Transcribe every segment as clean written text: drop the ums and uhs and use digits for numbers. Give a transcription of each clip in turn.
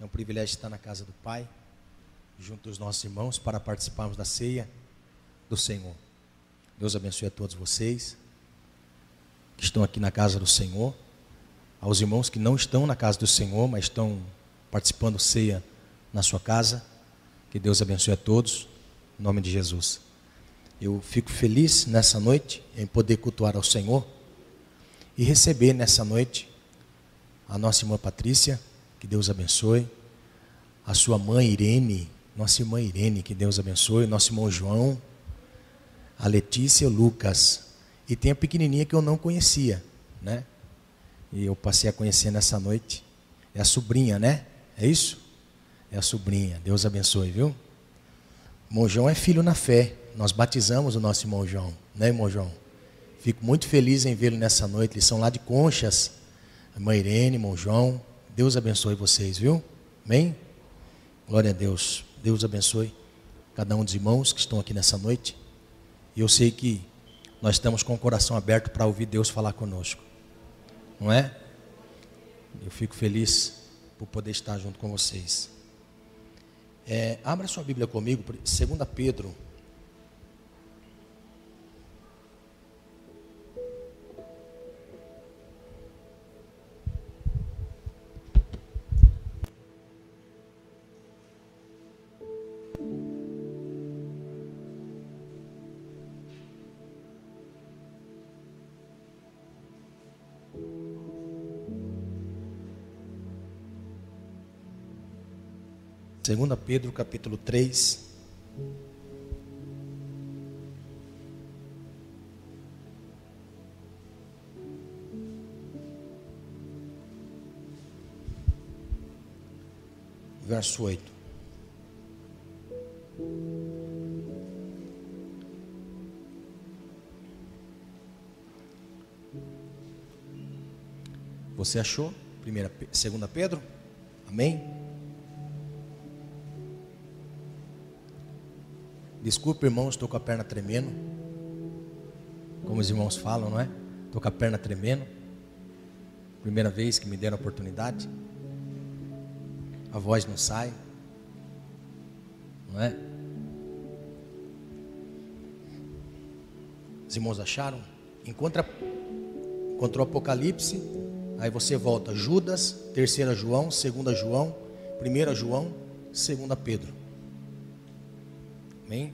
um privilégio estar na casa do Pai, junto aos nossos irmãos, para participarmos da ceia do Senhor. Deus abençoe a todos vocês que estão aqui na casa do Senhor, aos irmãos que não estão na casa do Senhor, mas estão participando ceia na sua casa. Que Deus abençoe a todos, em nome de Jesus. Eu fico feliz nessa noite em poder cultuar ao Senhor e receber nessa noite a nossa irmã Patrícia, que Deus abençoe, a sua mãe Irene, nossa irmã Irene, que Deus abençoe, nosso irmão João, a Letícia e o Lucas, e tem a pequenininha que eu não conhecia, né? E eu passei a conhecer nessa noite, é a sobrinha, né? É isso? É a sobrinha, Deus abençoe, viu? Irmão João é filho na fé, nós batizamos o nosso irmão João, né, irmão João? Fico muito feliz em vê-lo nessa noite, eles são lá de Conchas, a irmã Irene, irmão João, Deus abençoe vocês, viu? Amém? Glória a Deus, Deus abençoe cada um dos irmãos que estão aqui nessa noite, e eu sei que nós estamos com o coração aberto para ouvir Deus falar conosco, não é? Eu fico feliz por poder estar junto com vocês. Abra sua Bíblia comigo, 2 Pedro. Segunda Pedro, capítulo 3. Verso 8. Você achou? 2 Pedro? Amém? Desculpa, irmãos, estou com a perna tremendo. Como os irmãos falam, não é? Estou com a perna tremendo. Primeira vez que me deram a oportunidade. A voz não sai, não é? Os irmãos acharam? Encontrou Apocalipse, aí você volta Judas, 3 João, 2 João, 1 João, 2 Pedro. Amém?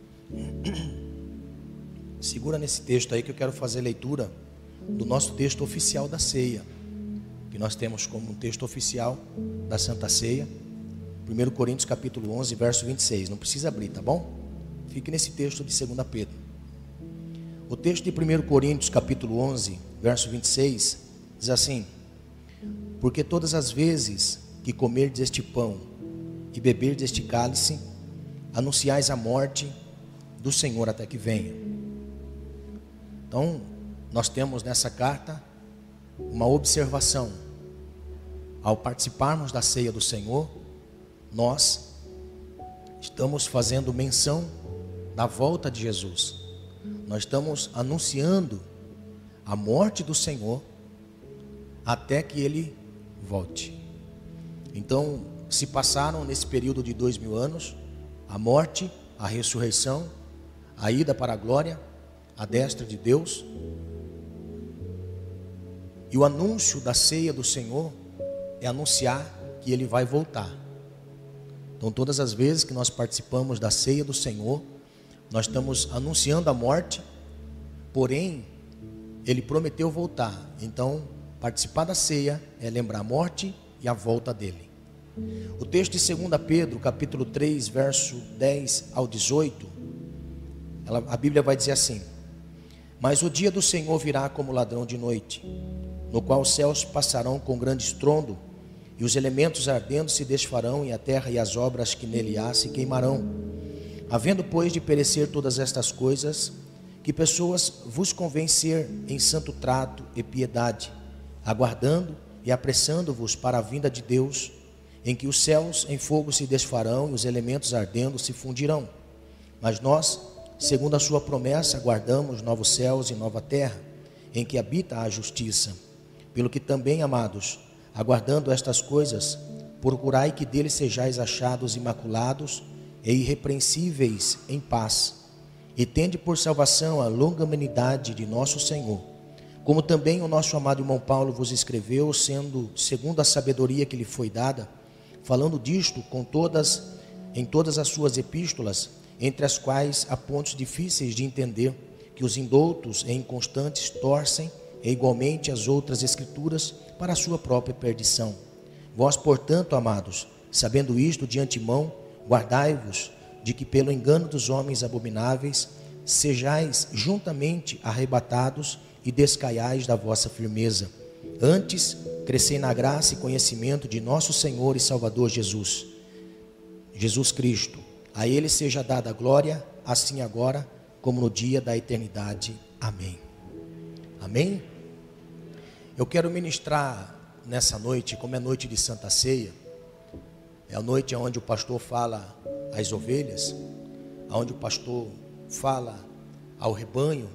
Segura nesse texto aí que eu quero fazer leitura do nosso texto oficial da ceia, que nós temos como um texto oficial da Santa Ceia, 1 Coríntios capítulo 11, verso 26. Não precisa abrir, tá bom? Fique nesse texto de 2 Pedro. O texto de 1 Coríntios capítulo 11, verso 26, diz assim: porque todas as vezes que comerdes este pão e beberdes este cálice, anunciais a morte do Senhor até que venha. Então, nós temos nessa carta uma observação. Ao participarmos da ceia do Senhor, nós estamos fazendo menção da volta de Jesus. Nós estamos anunciando a morte do Senhor até que Ele volte. Então, se passaram nesse período de 2000 anos, a morte, a ressurreição, a ida para a glória, a destra de Deus. E o anúncio da ceia do Senhor é anunciar que Ele vai voltar. Então todas as vezes que nós participamos da ceia do Senhor, nós estamos anunciando a morte, porém Ele prometeu voltar. Então participar da ceia é lembrar a morte e a volta dEle. O texto de 2 Pedro, capítulo 3, verso 10 ao 18, a Bíblia vai dizer assim: mas o dia do Senhor virá como ladrão de noite, no qual os céus passarão com grande estrondo, e os elementos ardendo se desfarão, e a terra e as obras que nele há se queimarão. Havendo, pois, de perecer todas estas coisas, que pessoas vos convém ser em santo trato e piedade, aguardando e apressando-vos para a vinda de Deus, em que os céus em fogo se desfarão e os elementos ardendo se fundirão. Mas nós, segundo a sua promessa, aguardamos novos céus e nova terra, em que habita a justiça. Pelo que também, amados, aguardando estas coisas, procurai que dele sejais achados imaculados e irrepreensíveis em paz, e tende por salvação a longanimidade de nosso Senhor, como também o nosso amado irmão Paulo vos escreveu, sendo segundo a sabedoria que lhe foi dada, falando disto em todas as suas epístolas, entre as quais há pontos difíceis de entender, que os indoutos e inconstantes torcem, e igualmente as outras escrituras, para a sua própria perdição. Vós, portanto, amados, sabendo isto de antemão, guardai-vos de que pelo engano dos homens abomináveis sejais juntamente arrebatados e descaiais da vossa firmeza. Antes, crescei na graça e conhecimento de nosso Senhor e Salvador Jesus Cristo. A Ele seja dada a glória, assim agora, como no dia da eternidade. Amém. Amém? Eu quero ministrar nessa noite, como é noite de Santa Ceia, é a noite onde o pastor fala às ovelhas, onde o pastor fala ao rebanho,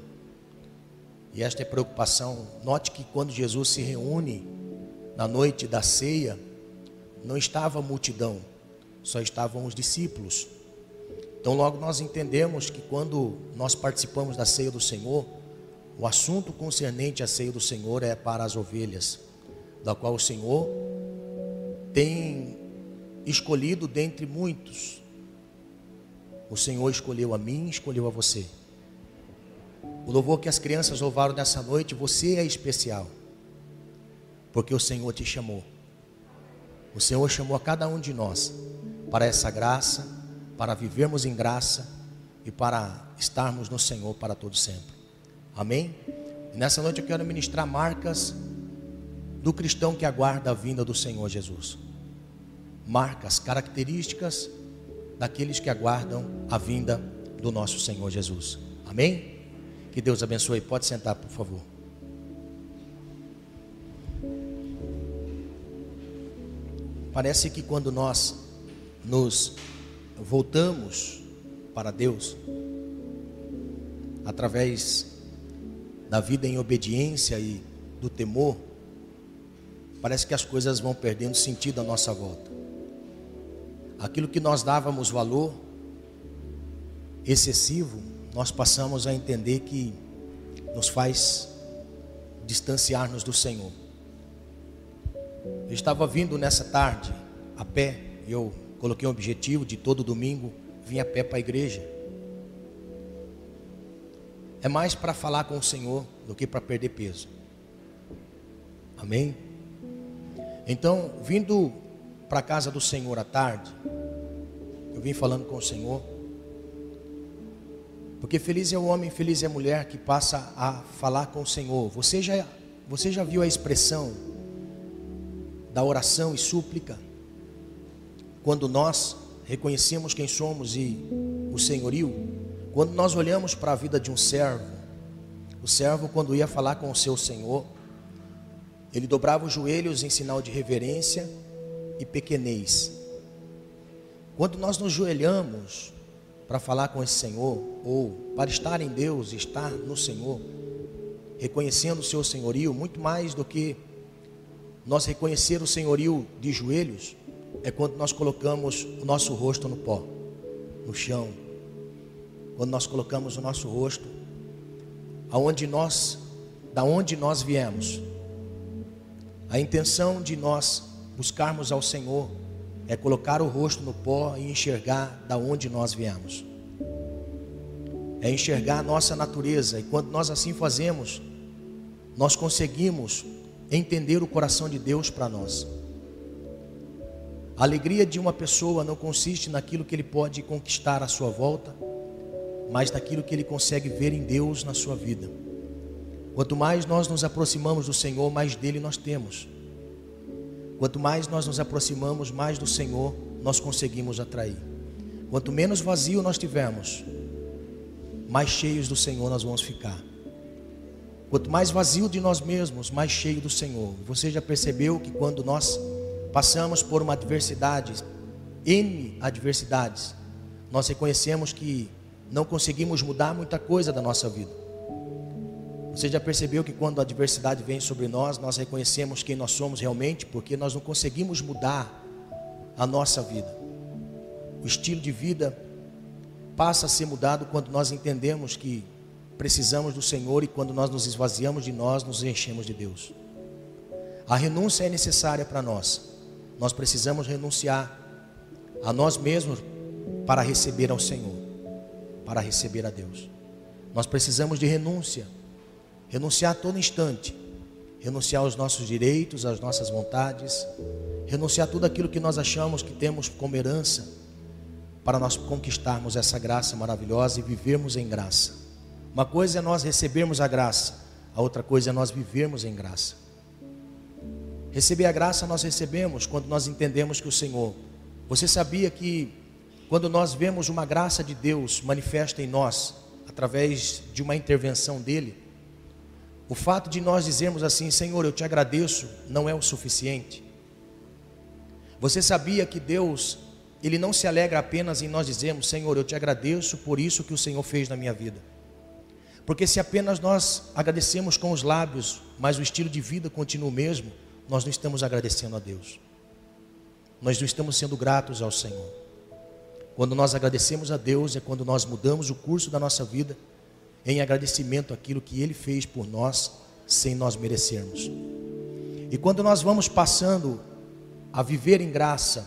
e esta é a preocupação. Note que quando Jesus se reúne na noite da ceia, não estava a multidão, só estavam os discípulos. Então logo nós entendemos que quando nós participamos da ceia do Senhor, o assunto concernente à ceia do Senhor é para as ovelhas, da qual o Senhor tem escolhido dentre muitos. O Senhor escolheu a mim, escolheu a você. O louvor que as crianças louvaram nessa noite, você é especial, porque o Senhor te chamou. O Senhor chamou a cada um de nós para essa graça, para vivermos em graça e para estarmos no Senhor para todo sempre. Amém? E nessa noite eu quero ministrar marcas do cristão que aguarda a vinda do Senhor Jesus. Marcas, características daqueles que aguardam a vinda do nosso Senhor Jesus. Amém? Que Deus abençoe. Pode sentar, por favor. Parece que quando nós nos voltamos para Deus, através da vida em obediência e do temor, parece que as coisas vão perdendo sentido à nossa volta. Aquilo que nós dávamos valor excessivo, nós passamos a entender que nos faz distanciar-nos do Senhor. Eu estava vindo nessa tarde a pé, eu coloquei um objetivo de todo domingo vir a pé para a igreja. É mais para falar com o Senhor do que para perder peso. Amém? Então, vindo para a casa do Senhor à tarde, eu vim falando com o Senhor, porque feliz é o homem, feliz é a mulher que passa a falar com o Senhor. Você já viu a expressão da oração e súplica? Quando nós reconhecemos quem somos e o senhorio, quando nós olhamos para a vida de um servo, o servo, quando ia falar com o seu Senhor, ele dobrava os joelhos em sinal de reverência e pequenez. Quando nós nos joelhamos para falar com esse Senhor, ou para estar em Deus, estar no Senhor, reconhecendo o seu senhorio, muito mais do que nós reconhecer o senhorio de joelhos, é quando nós colocamos o nosso rosto no pó, no chão. Quando nós colocamos o nosso rosto da onde nós viemos. A intenção de nós buscarmos ao Senhor é colocar o rosto no pó e enxergar da onde nós viemos. É enxergar a nossa natureza, e quando nós assim fazemos, nós conseguimos entender o coração de Deus para nós. A alegria de uma pessoa não consiste naquilo que ele pode conquistar à sua volta, mas naquilo que ele consegue ver em Deus na sua vida. Quanto mais nós nos aproximamos do Senhor, mais dele nós temos. Quanto mais nós nos aproximamos, mais do Senhor nós conseguimos atrair. Quanto menos vazio nós tivermos, mais cheios do Senhor nós vamos ficar. Quanto mais vazio de nós mesmos, mais cheio do Senhor. Você já percebeu que quando nós passamos por uma adversidade, N adversidades, nós reconhecemos que não conseguimos mudar muita coisa da nossa vida. Você já percebeu que quando a adversidade vem sobre nós, nós reconhecemos quem nós somos realmente, porque nós não conseguimos mudar a nossa vida. O estilo de vida passa a ser mudado quando nós entendemos que precisamos do Senhor e quando nós nos esvaziamos de nós, nos enchemos de Deus. A renúncia é necessária para nós. Nós precisamos renunciar a nós mesmos para receber ao Senhor, para receber a Deus. Nós precisamos de renúncia, renunciar a todo instante, renunciar aos nossos direitos, às nossas vontades, renunciar a tudo aquilo que nós achamos que temos como herança, para nós conquistarmos essa graça maravilhosa e vivermos em graça. Uma coisa é nós recebermos a graça, a outra coisa é nós vivermos em graça. Receber a graça nós recebemos quando nós entendemos que o Senhor... Você sabia que quando nós vemos uma graça de Deus manifesta em nós, através de uma intervenção dEle, o fato de nós dizermos assim, Senhor, eu te agradeço, não é o suficiente. Você sabia que Deus, Ele não se alegra apenas em nós dizermos, Senhor, eu te agradeço por isso que o Senhor fez na minha vida. Porque se apenas nós agradecemos com os lábios, mas o estilo de vida continua o mesmo, nós não estamos agradecendo a Deus. Nós não estamos sendo gratos ao Senhor. Quando nós agradecemos a Deus, é quando nós mudamos o curso da nossa vida em agradecimento àquilo que Ele fez por nós, sem nós merecermos. E quando nós vamos passando a viver em graça,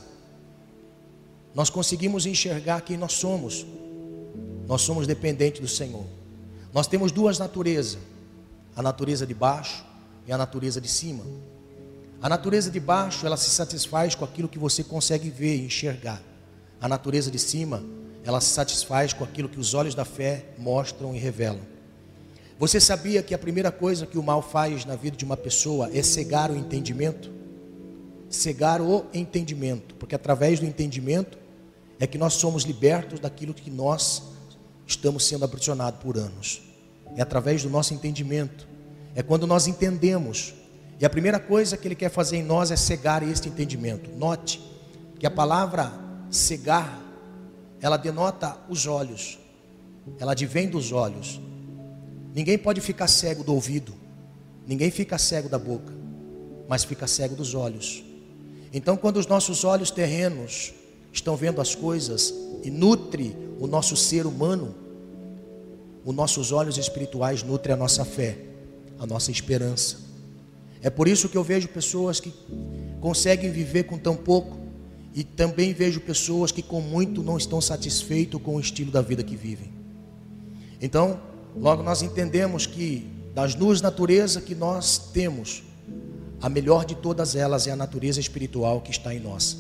nós conseguimos enxergar quem nós somos. Nós somos dependentes do Senhor. Nós temos duas naturezas, a natureza de baixo e a natureza de cima. A natureza de baixo, ela se satisfaz com aquilo que você consegue ver e enxergar. A natureza de cima, ela se satisfaz com aquilo que os olhos da fé mostram e revelam. Você sabia que a primeira coisa que o mal faz na vida de uma pessoa é cegar o entendimento? Cegar o entendimento, porque através do entendimento é que nós somos libertos daquilo que nós estamos sendo aprisionados por anos. É através do nosso entendimento, é quando nós entendemos. E a primeira coisa que Ele quer fazer em nós é cegar este entendimento. Note que a palavra cegar, ela denota os olhos, ela advém dos olhos. Ninguém pode ficar cego do ouvido, ninguém fica cego da boca, mas fica cego dos olhos. Então, quando os nossos olhos terrenos estão vendo as coisas e nutre o nosso ser humano, os nossos olhos espirituais nutrem a nossa fé, a nossa esperança. É por isso que eu vejo pessoas que conseguem viver com tão pouco, e também vejo pessoas que com muito não estão satisfeitos com o estilo da vida que vivem. Então, logo nós entendemos que das duas naturezas que nós temos, a melhor de todas elas é a natureza espiritual que está em nós,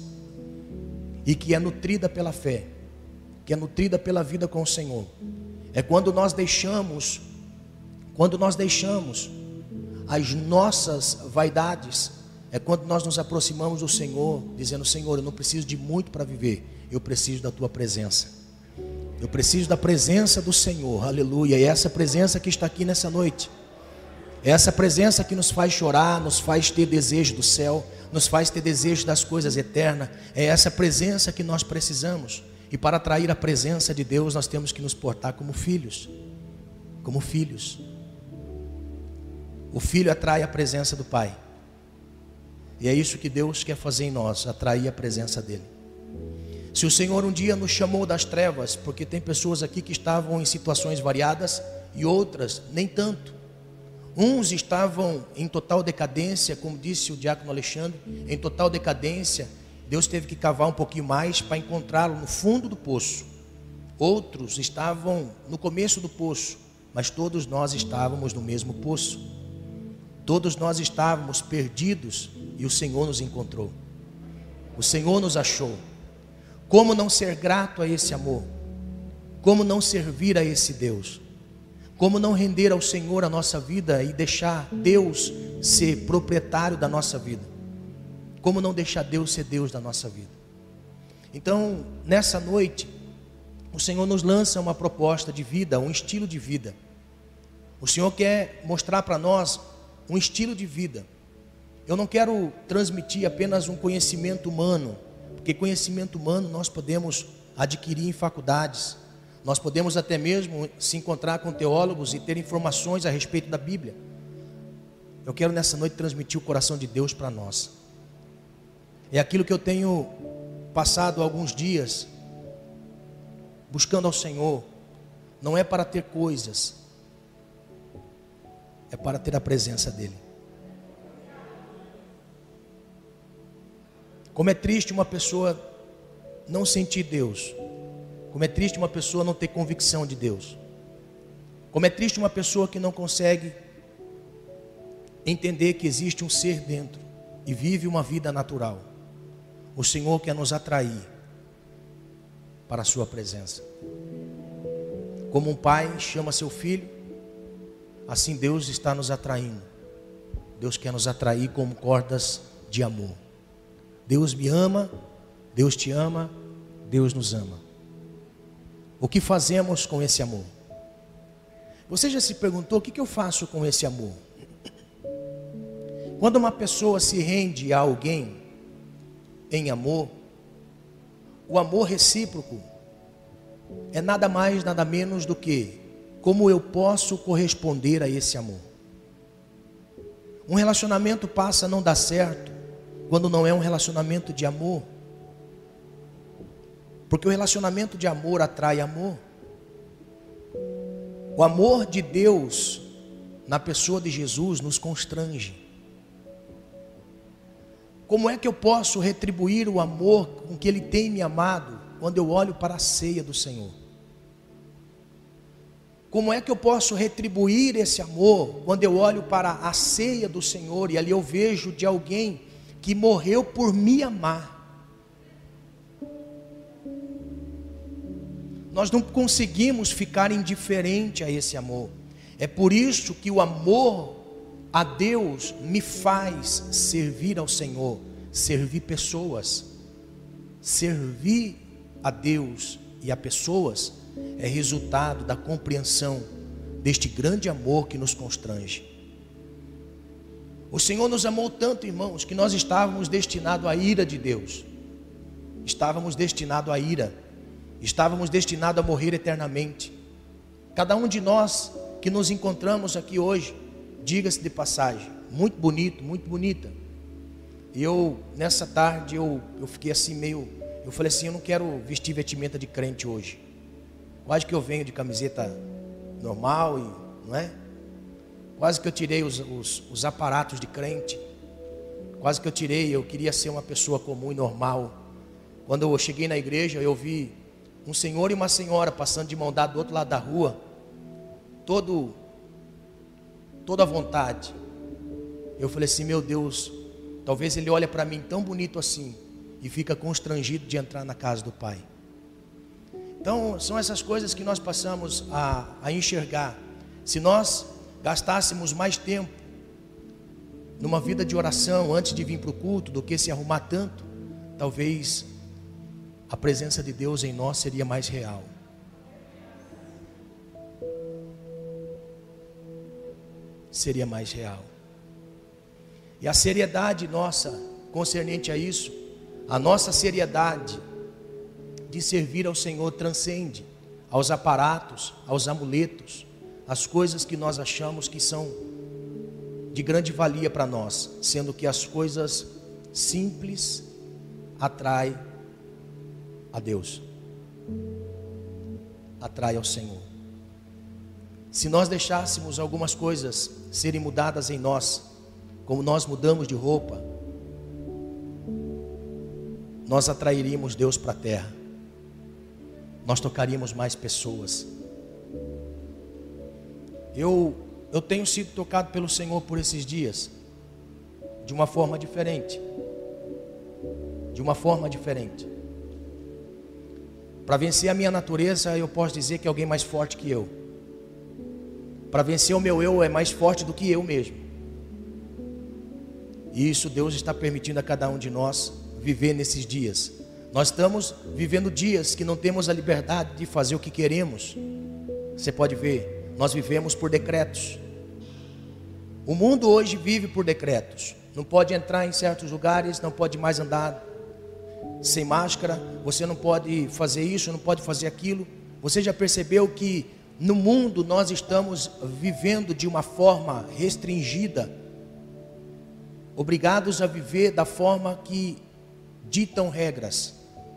e que é nutrida pela fé, que é nutrida pela vida com o Senhor. É quando nós deixamos as nossas vaidades, é quando nós nos aproximamos do Senhor, dizendo, Senhor, eu não preciso de muito para viver, eu preciso da Tua presença. Eu preciso da presença do Senhor, aleluia. E é essa presença que está aqui nessa noite, é essa presença que nos faz chorar, nos faz ter desejo do céu, nos faz ter desejo das coisas eternas. É essa presença que nós precisamos. E para atrair a presença de Deus, nós temos que nos portar como filhos. Como filhos. O filho atrai a presença do Pai. E é isso que Deus quer fazer em nós, atrair a presença dEle. Se o Senhor um dia nos chamou das trevas, porque tem pessoas aqui que estavam em situações variadas e outras nem tanto. Uns estavam em total decadência, como disse o diácono Alexandre, em total decadência. Deus teve que cavar um pouquinho mais para encontrá-lo no fundo do poço. Outros estavam no começo do poço, mas todos nós estávamos no mesmo poço. Todos nós estávamos perdidos e o Senhor nos encontrou. O Senhor nos achou. Como não ser grato a esse amor? Como não servir a esse Deus? Como não render ao Senhor a nossa vida e deixar Deus ser proprietário da nossa vida? Como não deixar Deus ser Deus da nossa vida? Então, nessa noite, o Senhor nos lança uma proposta de vida, um estilo de vida. O Senhor quer mostrar para nós um estilo de vida. Eu não quero transmitir apenas um conhecimento humano, porque conhecimento humano nós podemos adquirir em faculdades, nós podemos até mesmo se encontrar com teólogos e ter informações a respeito da Bíblia. Eu quero nessa noite transmitir o coração de Deus para nós. É aquilo que eu tenho passado alguns dias buscando ao Senhor, não é para ter coisas, é para ter a presença dEle. Como é triste uma pessoa não sentir Deus. Como é triste uma pessoa não ter convicção de Deus. Como é triste uma pessoa que não consegue entender que existe um ser dentro e vive uma vida natural. O Senhor quer nos atrair para a sua presença. Como um pai chama seu filho, assim Deus está nos atraindo. Deus quer nos atrair como cordas de amor. Deus me ama, Deus te ama, Deus nos ama. O que fazemos com esse amor? Você já se perguntou o que eu faço com esse amor? Quando uma pessoa se rende a alguém em amor, o amor recíproco é nada mais, nada menos do que como eu posso corresponder a esse amor. Um relacionamento passa a não dar certo quando não é um relacionamento de amor. Porque o relacionamento de amor atrai amor. O amor de Deus na pessoa de Jesus nos constrange. Como é que eu posso retribuir o amor com que Ele tem me amado quando eu olho para a ceia do Senhor? Como é que eu posso retribuir esse amor quando eu olho para a ceia do Senhor e ali eu vejo de alguém que morreu por me amar? Nós não conseguimos ficar indiferente a esse amor. É por isso que o amor a Deus me faz servir ao Senhor, servir pessoas. Servir a Deus e a pessoas é resultado da compreensão deste grande amor que nos constrange. O Senhor nos amou tanto, irmãos, que nós estávamos destinados à ira de Deus. Estávamos destinados à ira. Estávamos destinados a morrer eternamente. Cada um de nós que nos encontramos aqui hoje, diga-se de passagem, muito bonito, muito bonita. E nessa tarde, eu fiquei assim meio... Eu falei assim, eu não quero vestir vestimenta de crente hoje. Quase que eu venho de camiseta normal, não é? Quase que eu tirei os aparatos de crente. Quase que eu queria ser uma pessoa comum e normal. Quando eu cheguei na igreja, eu vi um senhor e uma senhora passando de mão dada do outro lado da rua, toda à vontade. Eu falei assim, meu Deus, talvez ele olhe para mim tão bonito assim e fica constrangido de entrar na casa do Pai. Então, são essas coisas que nós passamos a enxergar. Se nós gastássemos mais tempo numa vida de oração antes de vir para o culto do que se arrumar tanto, talvez a presença de Deus em nós seria mais real. Seria mais real. E a seriedade nossa concernente a isso, a nossa seriedade de servir ao Senhor transcende aos aparatos, aos amuletos, as coisas que nós achamos que são de grande valia para nós, sendo que as coisas simples atraem a Deus, atrai ao Senhor. Se nós deixássemos algumas coisas serem mudadas em nós, como nós mudamos de roupa, nós atrairíamos Deus para a terra. Nós tocaríamos mais pessoas. Eu tenho sido tocado pelo Senhor por esses dias, de uma forma diferente. De uma forma diferente. Para vencer a minha natureza, eu posso dizer que é alguém mais forte que eu. Para vencer o meu eu é mais forte do que eu mesmo. E isso Deus está permitindo a cada um de nós viver nesses dias. Nós estamos vivendo dias que não temos a liberdade de fazer o que queremos. Você pode ver, nós vivemos por decretos. O mundo hoje vive por decretos. Não pode entrar em certos lugares, não pode mais andar sem máscara, você não pode fazer isso, não pode fazer aquilo. Você já percebeu que no mundo nós estamos vivendo de uma forma restringida, obrigados a viver da forma que ditam regras.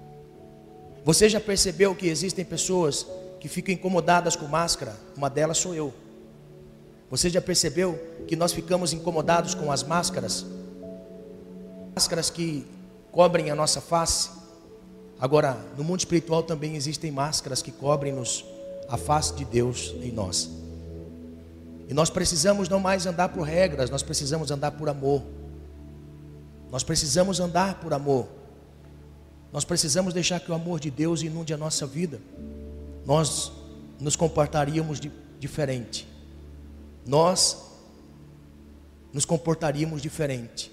Você já percebeu que existem pessoas que ficam incomodadas com máscara? Uma delas sou eu. Você já percebeu que nós ficamos incomodados com as máscaras? Máscaras que cobrem a nossa face. Agora, no mundo espiritual também existem máscaras que cobrem-nos a face de Deus em nós. E nós precisamos não mais andar por regras, nós precisamos andar por amor. Nós precisamos andar por amor. Nós precisamos deixar que o amor de Deus inunde a nossa vida. Nós nos comportaríamos diferente. Nós nos comportaríamos diferente.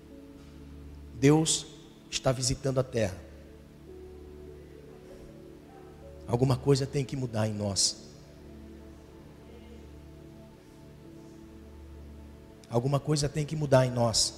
Deus está visitando a terra. Alguma coisa tem que mudar em nós. Alguma coisa tem que mudar em nós.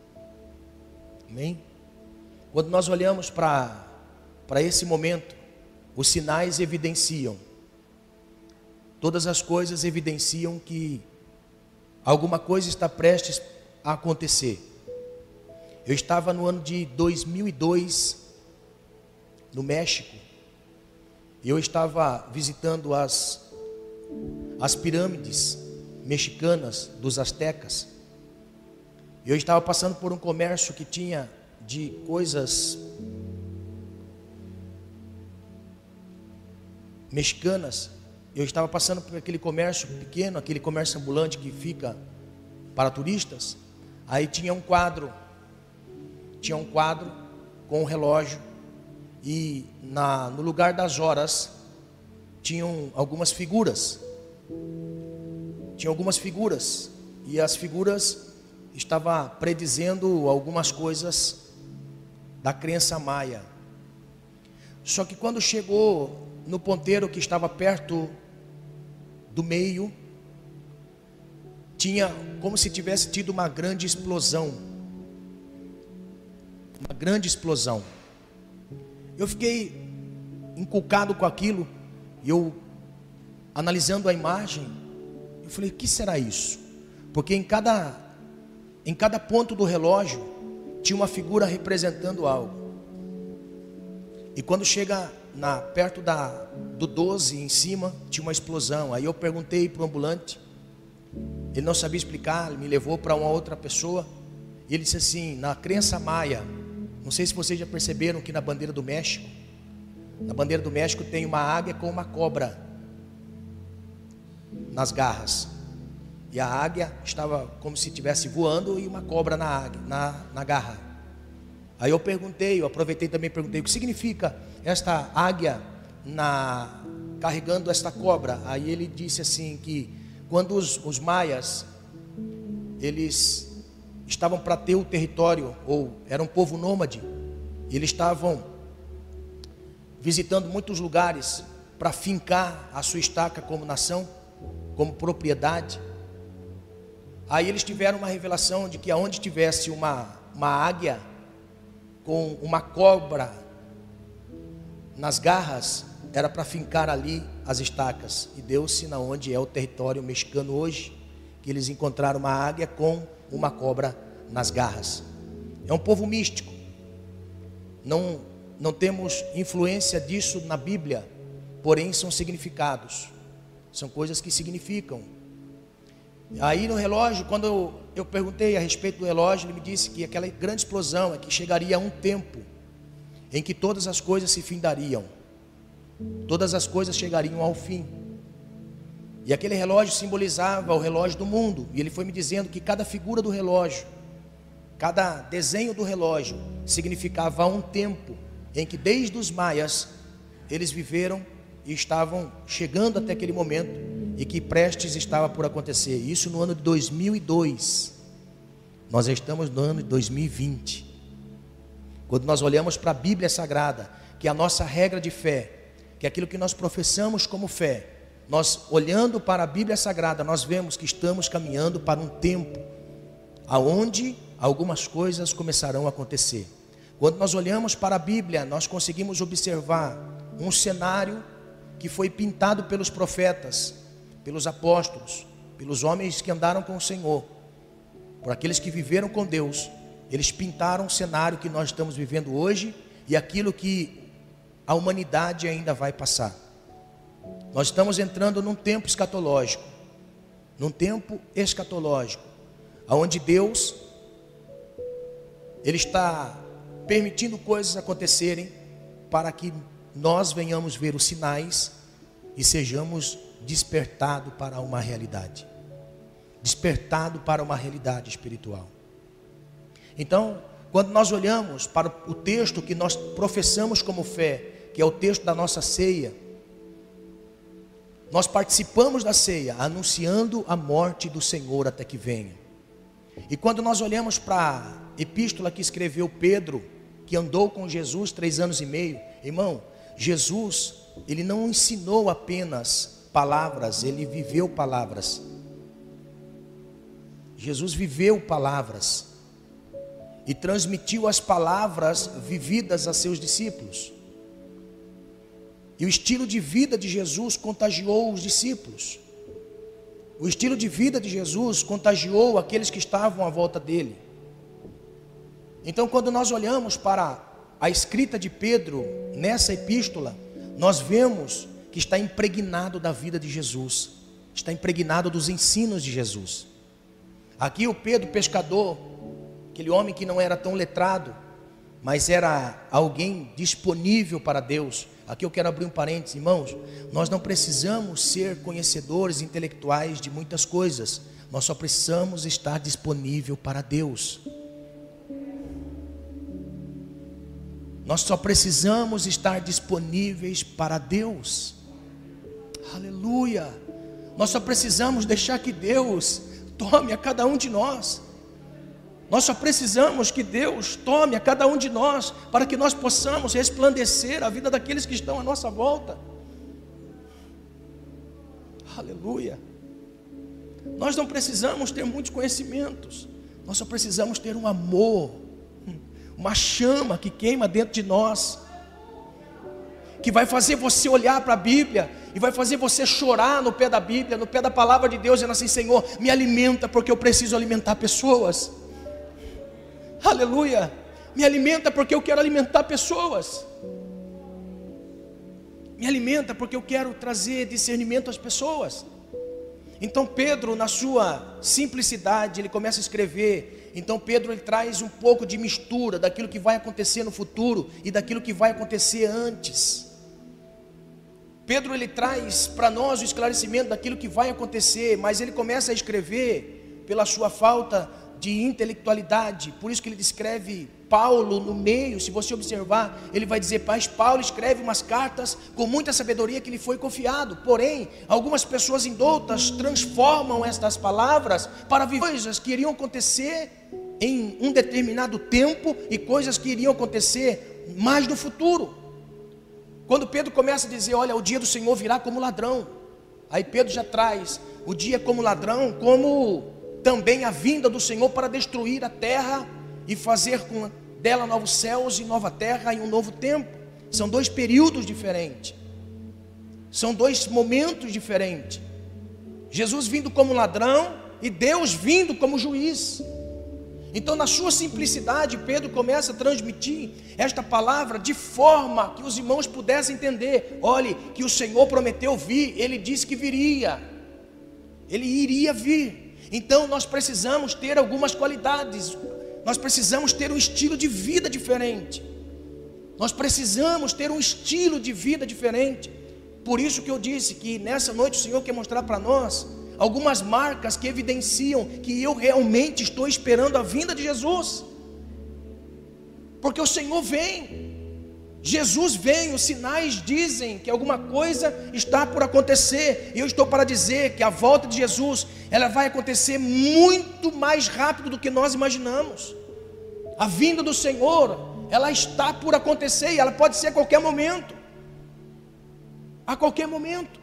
Amém? Quando nós olhamos para esse momento, os sinais evidenciam. Todas as coisas evidenciam que alguma coisa está prestes a acontecer. Eu estava no ano de 2002, no México, e eu estava visitando as pirâmides mexicanas dos astecas. Eu estava passando por um comércio que tinha de coisas mexicanas. Eu estava passando por aquele comércio pequeno, aquele comércio ambulante que fica para turistas. Aí tinha um quadro com um relógio, e no lugar das horas tinham algumas figuras. E as figuras estavam predizendo algumas coisas da crença maia. Só que quando chegou no ponteiro que estava perto do meio, tinha como se tivesse tido uma grande explosão. Uma grande explosão. Eu fiquei encucado com aquilo, e eu, analisando a imagem, eu falei: o que será isso? Porque em cada ponto do relógio tinha uma figura representando algo. E quando chega perto do 12 em cima, tinha uma explosão. Aí eu perguntei para o ambulante, ele não sabia explicar, ele me levou para uma outra pessoa, e ele disse assim: na crença maia, não sei se vocês já perceberam que na bandeira do México tem uma águia com uma cobra nas garras. E a águia estava como se estivesse voando, e uma cobra na garra. Aí eu aproveitei também e perguntei: o que significa esta águia carregando esta cobra? Aí ele disse assim, que quando os maias, eles estavam para ter o território, ou era um povo nômade, e eles estavam visitando muitos lugares para fincar a sua estaca como nação, como propriedade. Aí eles tiveram uma revelação de que aonde tivesse uma águia com uma cobra nas garras, era para fincar ali as estacas. E deu-se na onde é o território mexicano hoje, que eles encontraram uma águia com uma cobra nas garras. É um povo místico. Não temos influência disso na Bíblia, porém são significados, são coisas que significam. Aí no relógio, quando eu perguntei a respeito do relógio, ele me disse que aquela grande explosão é que chegaria um tempo em que todas as coisas se findariam, todas as coisas chegariam ao fim. E aquele relógio simbolizava o relógio do mundo. E ele foi me dizendo que cada figura do relógio, cada desenho do relógio, significava um tempo em que desde os maias eles viveram e estavam chegando até aquele momento, e que prestes estava por acontecer. Isso no ano de 2002. Nós já estamos no ano de 2020. Quando nós olhamos para a Bíblia Sagrada, que é a nossa regra de fé, que é aquilo que nós professamos como fé, nós olhando para a Bíblia Sagrada, nós vemos que estamos caminhando para um tempo aonde algumas coisas começarão a acontecer. Quando nós olhamos para a Bíblia, nós conseguimos observar um cenário que foi pintado pelos profetas, pelos apóstolos, pelos homens que andaram com o Senhor, por aqueles que viveram com Deus. Eles pintaram o cenário que nós estamos vivendo hoje, e aquilo que a humanidade ainda vai passar. Nós estamos entrando num tempo escatológico, onde Deus, Ele está permitindo coisas acontecerem para que nós venhamos ver os sinais e sejamos despertados para uma realidade, espiritual. Então, quando nós olhamos para o texto que nós professamos como fé, que é o texto da nossa ceia, nós participamos da ceia, anunciando a morte do Senhor até que venha. E quando nós olhamos para a epístola que escreveu Pedro, que andou com Jesus 3 anos e meio, irmão, Jesus, Ele não ensinou apenas palavras, Ele viveu palavras. Jesus viveu palavras e transmitiu as palavras vividas a seus discípulos. E o estilo de vida de Jesus contagiou os discípulos. O estilo de vida de Jesus contagiou aqueles que estavam à volta dele. Então, quando nós olhamos para a escrita de Pedro nessa epístola, nós vemos que está impregnado da vida de Jesus, está impregnado dos ensinos de Jesus. Aqui o Pedro, pescador, aquele homem que não era tão letrado, mas era alguém disponível para Deus. Aqui eu quero abrir um parênteses, irmãos. Nós não precisamos ser conhecedores intelectuais de muitas coisas. Nós só precisamos estar disponível para Deus. Nós só precisamos estar disponíveis para Deus. Aleluia. Nós só precisamos deixar que Deus tome a cada um de nós. Nós só precisamos que Deus tome a cada um de nós, para que nós possamos resplandecer a vida daqueles que estão à nossa volta. Aleluia. Nós não precisamos ter muitos conhecimentos, nós só precisamos ter um amor, uma chama que queima dentro de nós, que vai fazer você olhar para a Bíblia e vai fazer você chorar no pé da Bíblia, no pé da palavra de Deus, dizendo assim: Senhor, me alimenta, porque eu preciso alimentar pessoas. Aleluia. Me alimenta porque eu quero alimentar pessoas. Me alimenta porque eu quero trazer discernimento às pessoas. Então Pedro, na sua simplicidade, ele começa a escrever. Então Pedro, ele traz um pouco de mistura daquilo que vai acontecer no futuro e daquilo que vai acontecer antes. Pedro, ele traz para nós o esclarecimento daquilo que vai acontecer, mas ele começa a escrever pela sua falta de intelectualidade. Por isso que ele descreve Paulo no meio. Se você observar, ele vai dizer: mas Paulo escreve umas cartas com muita sabedoria que lhe foi confiado. Porém, algumas pessoas indoutas transformam estas palavras para viver coisas que iriam acontecer em um determinado tempo e coisas que iriam acontecer mais no futuro. Quando Pedro começa a dizer: olha, o dia do Senhor virá como ladrão, aí Pedro já traz o dia como ladrão, como também a vinda do Senhor para destruir a terra e fazer com dela novos céus e nova terra e um novo tempo. São dois períodos diferentes, são dois momentos diferentes. Jesus vindo como ladrão e Deus vindo como juiz. Então, na sua simplicidade, Pedro começa a transmitir esta palavra de forma que os irmãos pudessem entender. Olhe, que o Senhor prometeu vir, Ele disse que viria, Ele iria vir. Então nós precisamos ter algumas qualidades, nós precisamos ter um estilo de vida diferente, nós precisamos ter um estilo de vida diferente. Por isso que eu disse que nessa noite o Senhor quer mostrar para nós algumas marcas que evidenciam que eu realmente estou esperando a vinda de Jesus, porque o Senhor vem, Jesus vem, os sinais dizem que alguma coisa está por acontecer, e eu estou para dizer que a volta de Jesus, ela vai acontecer muito mais rápido do que nós imaginamos. A vinda do Senhor, ela está por acontecer, e ela pode ser a qualquer momento, a qualquer momento.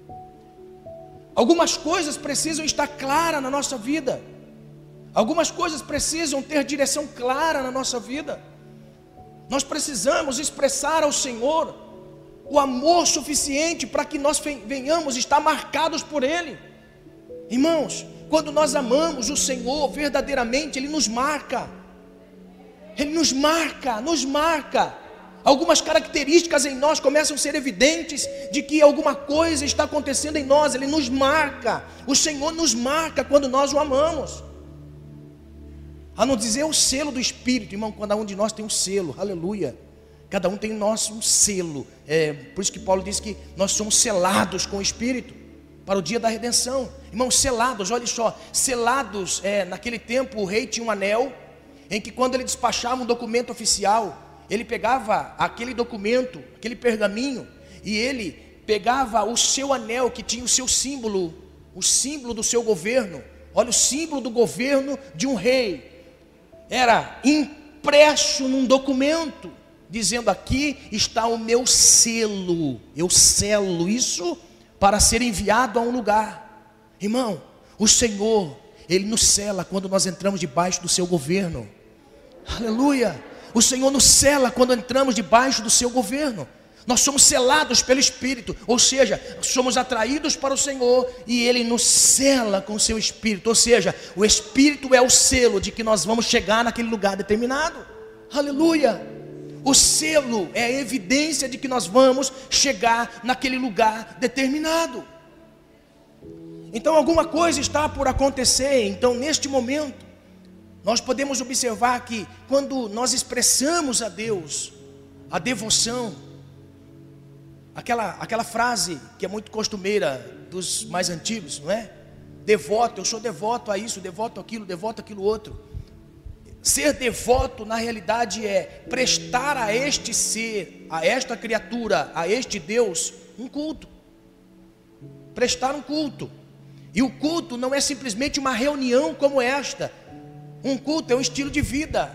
Algumas coisas precisam estar claras na nossa vida, algumas coisas precisam ter direção clara na nossa vida. Nós precisamos expressar ao Senhor o amor suficiente para que nós venhamos estar marcados por Ele. Irmãos, quando nós amamos o Senhor verdadeiramente, Ele nos marca. Ele nos marca, Algumas características em nós começam a ser evidentes de que alguma coisa está acontecendo em nós. Ele nos marca, o Senhor nos marca quando nós o amamos. A não dizer o selo do Espírito, irmão, cada um de nós tem um selo, aleluia. Cada um tem um selo, por isso que Paulo diz que nós somos selados com o Espírito, para o dia da redenção. Irmão, selados, olha só, selados, naquele tempo o rei tinha um anel, em que quando ele despachava um documento oficial, ele pegava aquele documento, aquele pergaminho, e ele pegava o seu anel que tinha o seu símbolo, o símbolo do seu governo. Olha, o símbolo do governo de um rei era impresso num documento, dizendo: aqui está o meu selo, eu selo isso para ser enviado a um lugar. Irmão, o Senhor, Ele nos sela quando nós entramos debaixo do seu governo, aleluia. O Senhor nos sela quando entramos debaixo do seu governo. Nós somos selados pelo Espírito, ou seja, somos atraídos para o Senhor e Ele nos sela com o seu Espírito, ou seja, o Espírito é o selo de que nós vamos chegar naquele lugar determinado, aleluia. O selo é a evidência de que nós vamos chegar naquele lugar determinado. Então alguma coisa está por acontecer. Então neste momento nós podemos observar que quando nós expressamos a Deus a devoção, aquela frase que é muito costumeira dos mais antigos, não é? Devoto, eu sou devoto a isso, devoto aquilo outro. Ser devoto na realidade é prestar a este ser, a esta criatura, a este Deus, um culto. Prestar um culto. E o culto não é simplesmente uma reunião como esta. Um culto é um estilo de vida.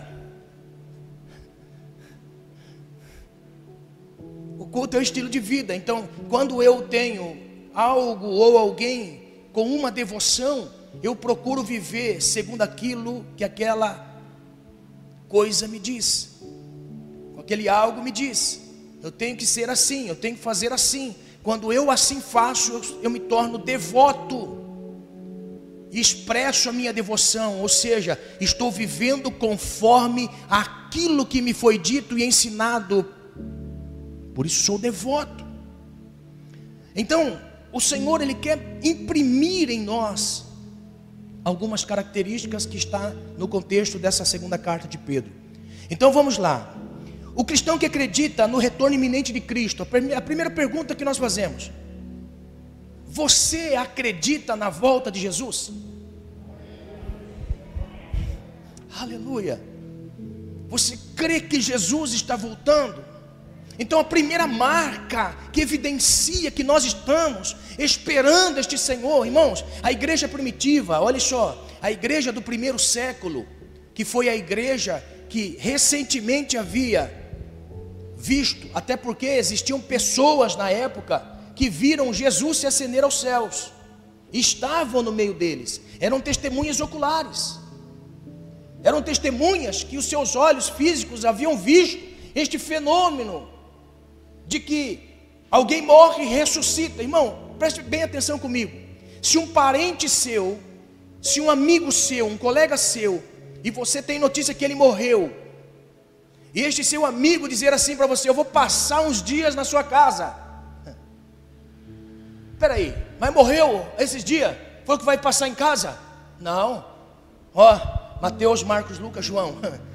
O culto é um estilo de vida. Então, quando eu tenho algo ou alguém com uma devoção, eu procuro viver segundo aquilo que aquela coisa me diz. Aquele algo me diz: eu tenho que ser assim, eu tenho que fazer assim. Quando eu assim faço, eu me torno devoto. E expresso a minha devoção, ou seja, estou vivendo conforme aquilo que me foi dito e ensinado. Por isso sou devoto. Então, o Senhor, Ele quer imprimir em nós algumas características que está no contexto dessa segunda carta de Pedro. Então vamos lá. O cristão que acredita no retorno iminente de Cristo, a primeira pergunta que nós fazemos: você acredita na volta de Jesus? Aleluia. Você crê que Jesus está voltando? Então a primeira marca que evidencia que nós estamos esperando este Senhor, irmãos, a igreja primitiva, olha só, a igreja do primeiro século, que foi a igreja que recentemente havia visto, até porque existiam pessoas na época que viram Jesus se ascender aos céus, estavam no meio deles, eram testemunhas oculares, eram testemunhas que os seus olhos físicos haviam visto este fenômeno de que alguém morre e ressuscita. Irmão, preste bem atenção comigo. Se um parente seu, se um amigo seu, um colega seu, e você tem notícia que ele morreu, e este seu amigo dizer assim para você: eu vou passar uns dias na sua casa. Espera aí, mas morreu esses dias? Foi o que vai passar em casa? Não. Ó, Mateus, Marcos, Lucas, João.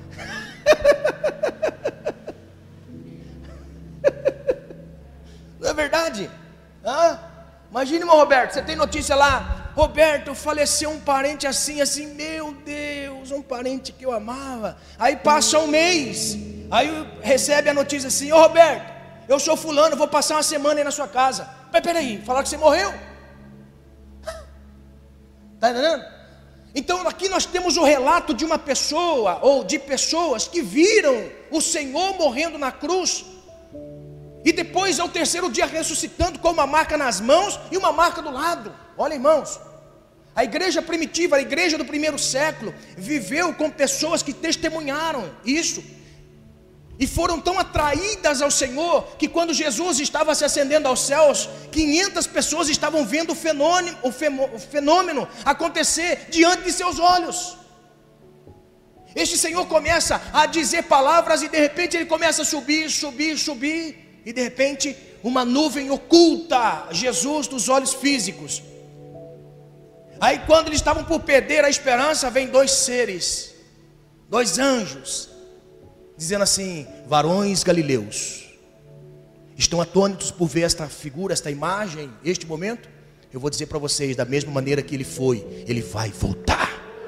Não é verdade? Imagine, irmão Roberto, você tem notícia lá: Roberto, faleceu um parente assim, assim, meu Deus, um parente que eu amava. Aí passa um mês, aí recebe a notícia assim: ô Roberto, eu sou fulano, vou passar uma semana aí na sua casa. Mas peraí, falaram que você morreu? Está entendendo? Então aqui nós temos o relato de uma pessoa, ou de pessoas que viram o Senhor morrendo na cruz, e depois ao terceiro dia ressuscitando com uma marca nas mãos e uma marca do lado. Olha, irmãos, a igreja primitiva, a igreja do primeiro século, viveu com pessoas que testemunharam isso, e foram tão atraídas ao Senhor, que quando Jesus estava se ascendendo aos céus, 500 pessoas estavam vendo o fenômeno acontecer diante de seus olhos. Este Senhor começa a dizer palavras e de repente ele começa a subir, subir, subir. E de repente uma nuvem oculta Jesus dos olhos físicos. Aí quando eles estavam por perder a esperança, vem dois seres, dois anjos, dizendo assim: varões galileus, estão atônitos por ver esta figura, esta imagem, este momento? Eu vou dizer para vocês, da mesma maneira que ele foi, ele vai voltar.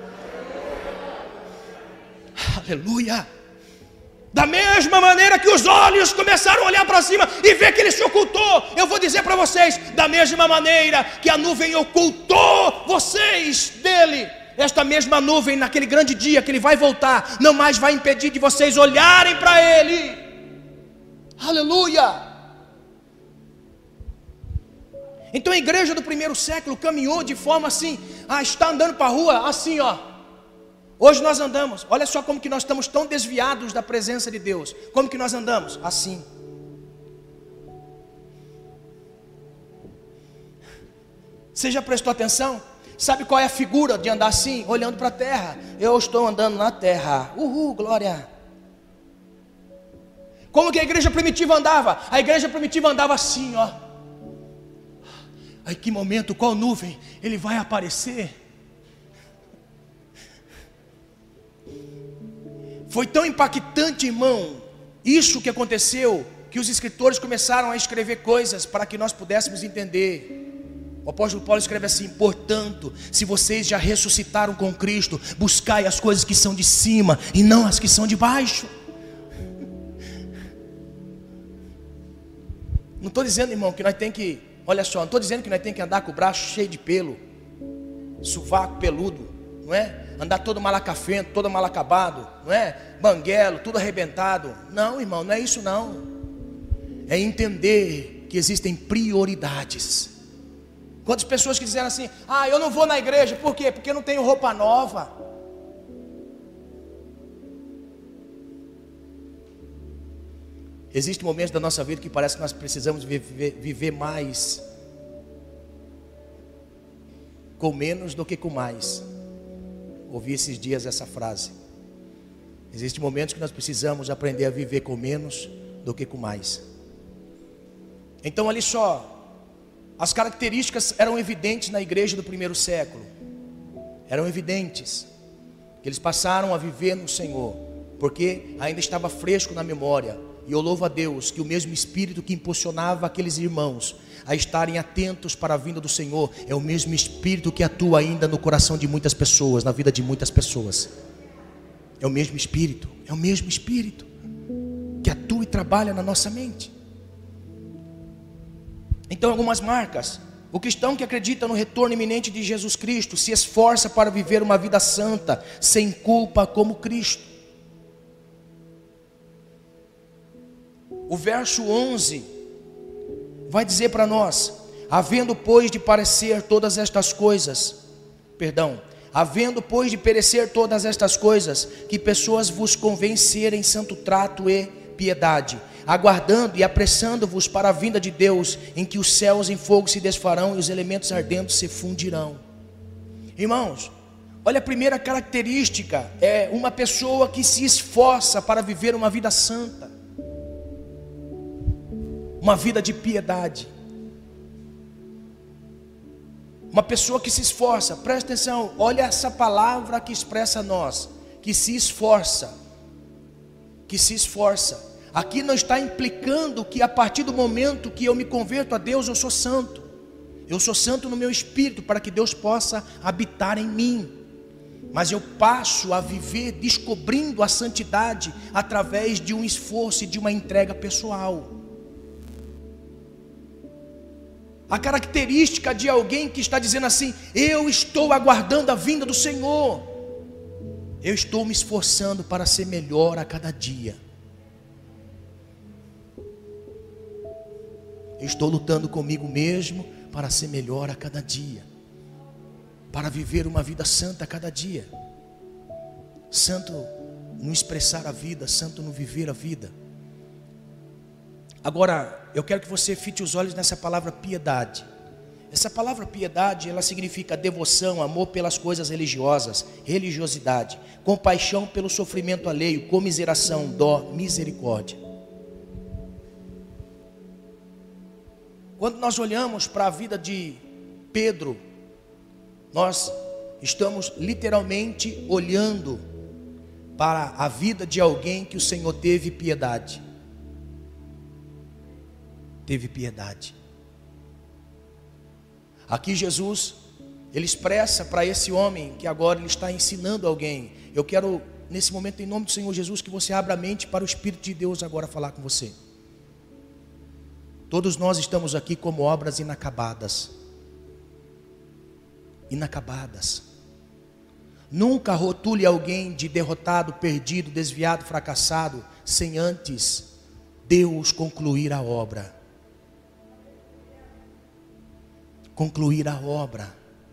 Aleluia. Da mesma maneira que os olhos começaram a olhar para cima e ver que ele se ocultou, eu vou dizer para vocês, da mesma maneira que a nuvem ocultou vocês dele, esta mesma nuvem naquele grande dia que ele vai voltar, não mais vai impedir de vocês olharem para ele. Aleluia. Então a igreja do primeiro século caminhou de forma assim, está andando para a rua assim, ó. Hoje nós andamos, olha só como que nós estamos tão desviados da presença de Deus. Como que nós andamos? Assim. Você já prestou atenção? Sabe qual é a figura de andar assim? Olhando para a terra. Eu estou andando na terra. Uhul, glória. Como que a igreja primitiva andava? A igreja primitiva andava assim, ó. Aí que momento, qual nuvem? Ele vai aparecer. Foi tão impactante, irmão, isso que aconteceu, que os escritores começaram a escrever coisas para que nós pudéssemos entender. O apóstolo Paulo escreve assim: portanto, se vocês já ressuscitaram com Cristo, buscai as coisas que são de cima e não as que são de baixo. Não estou dizendo, irmão, que nós tem que, olha só, não estou dizendo que nós tem que andar com o braço cheio de pelo, sovaco peludo, não é? Andar todo malacafento, todo mal acabado, não é? Banguelo, tudo arrebentado. Não, irmão, não é isso não. É entender que existem prioridades. Quantas pessoas que disseram assim: eu não vou na igreja, por quê? Porque eu não tenho roupa nova. Existem momentos da nossa vida que parece que nós precisamos viver mais com menos do que com mais. Ouvi esses dias essa frase. Existem momentos que nós precisamos aprender a viver com menos do que com mais. Então, olha só, as características eram evidentes na igreja do primeiro século. Eram evidentes que eles passaram a viver no Senhor, porque ainda estava fresco na memória. E eu louvo a Deus que o mesmo Espírito que impulsionava aqueles irmãos a estarem atentos para a vinda do Senhor é o mesmo Espírito que atua ainda no coração de muitas pessoas, na vida de muitas pessoas. É o mesmo Espírito que atua e trabalha na nossa mente. Então, algumas marcas: o cristão que acredita no retorno iminente de Jesus Cristo se esforça para viver uma vida santa, sem culpa, como Cristo. O verso 11 vai dizer para nós: havendo pois de perecer todas estas coisas, que pessoas vos convencerem santo trato e piedade, aguardando e apressando-vos para a vinda de Deus, em que os céus em fogo se desfarão e os elementos ardentes se fundirão. Irmãos, olha, a primeira característica é uma pessoa que se esforça para viver uma vida santa, uma vida de piedade. Uma pessoa que se esforça, presta atenção, olha essa palavra que expressa a nós, que se esforça. Aqui não está implicando que a partir do momento que eu me converto a Deus, eu sou santo. Eu sou santo no meu espírito, para que Deus possa habitar em mim. Mas eu passo a viver descobrindo a santidade através de um esforço e de uma entrega pessoal. A característica de alguém que está dizendo assim: eu estou aguardando a vinda do Senhor, eu estou me esforçando para ser melhor a cada dia, eu estou lutando comigo mesmo para ser melhor a cada dia, para viver uma vida santa a cada dia. Santo no expressar a vida, santo no viver a vida. Agora, eu quero que você fite os olhos nessa palavra piedade. Essa palavra piedade, ela significa devoção, amor pelas coisas religiosas, religiosidade, compaixão pelo sofrimento alheio, comiseração, dó, misericórdia. Quando nós olhamos para a vida de Pedro, nós estamos literalmente olhando para a vida de alguém que o Senhor teve piedade. Teve piedade. Aqui Jesus, ele expressa para esse homem que agora ele está ensinando alguém. Eu quero, nesse momento, em nome do Senhor Jesus, que você abra a mente para o Espírito de Deus agora falar com você. Todos nós estamos aqui como obras inacabadas. Inacabadas. Nunca rotule alguém de derrotado, perdido, desviado, fracassado, sem antes Deus concluir a obra. Concluir a obra.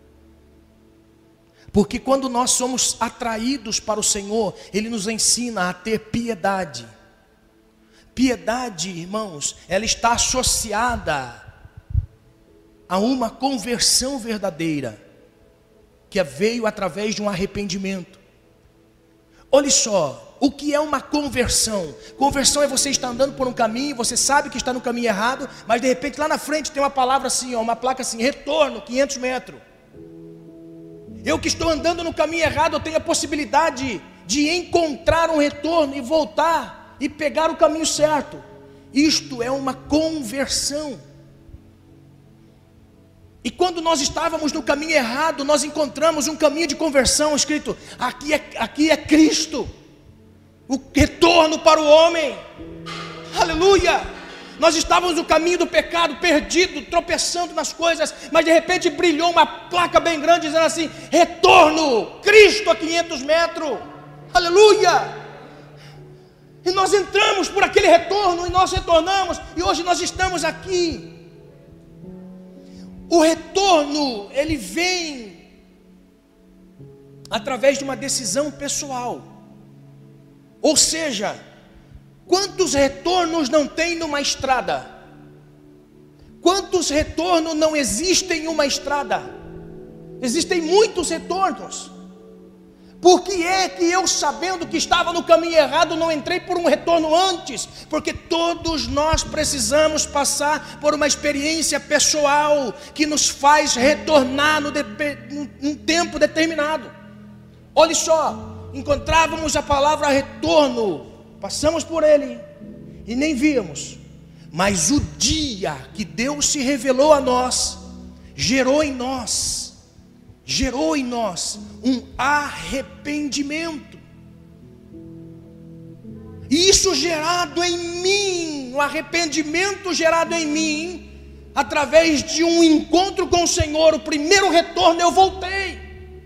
Porque quando nós somos atraídos para o Senhor, Ele nos ensina a ter piedade. Piedade, irmãos, ela está associada a uma conversão verdadeira, que veio através de um arrependimento. Olha só, o que é uma conversão? Conversão é você estar andando por um caminho, você sabe que está no caminho errado, mas de repente lá na frente tem uma palavra assim, uma placa assim, retorno, 500 metros. Eu que estou andando no caminho errado, eu tenho a possibilidade de encontrar um retorno e voltar e pegar o caminho certo. Isto é uma conversão. E quando nós estávamos no caminho errado, nós encontramos um caminho de conversão, escrito, aqui é Cristo, o retorno para o homem. Aleluia! Nós estávamos no caminho do pecado, perdido, tropeçando nas coisas, mas de repente brilhou uma placa bem grande dizendo assim, retorno, Cristo a 500 metros. Aleluia! E nós entramos por aquele retorno, e nós retornamos, e hoje nós estamos aqui. O retorno, ele vem através de uma decisão pessoal. Ou seja, quantos retornos não tem numa estrada? Quantos retornos não existem em uma estrada? Existem muitos retornos. Por que é que eu, sabendo que estava no caminho errado, não entrei por um retorno antes? Porque todos nós precisamos passar por uma experiência pessoal que nos faz retornar num tempo determinado. Olha só, encontrávamos a palavra retorno, passamos por ele e nem víamos. Mas o dia que Deus se revelou a nós, gerou em nós um arrependimento. E isso gerado em mim, um arrependimento gerado em mim, através de um encontro com o Senhor, o primeiro retorno eu voltei.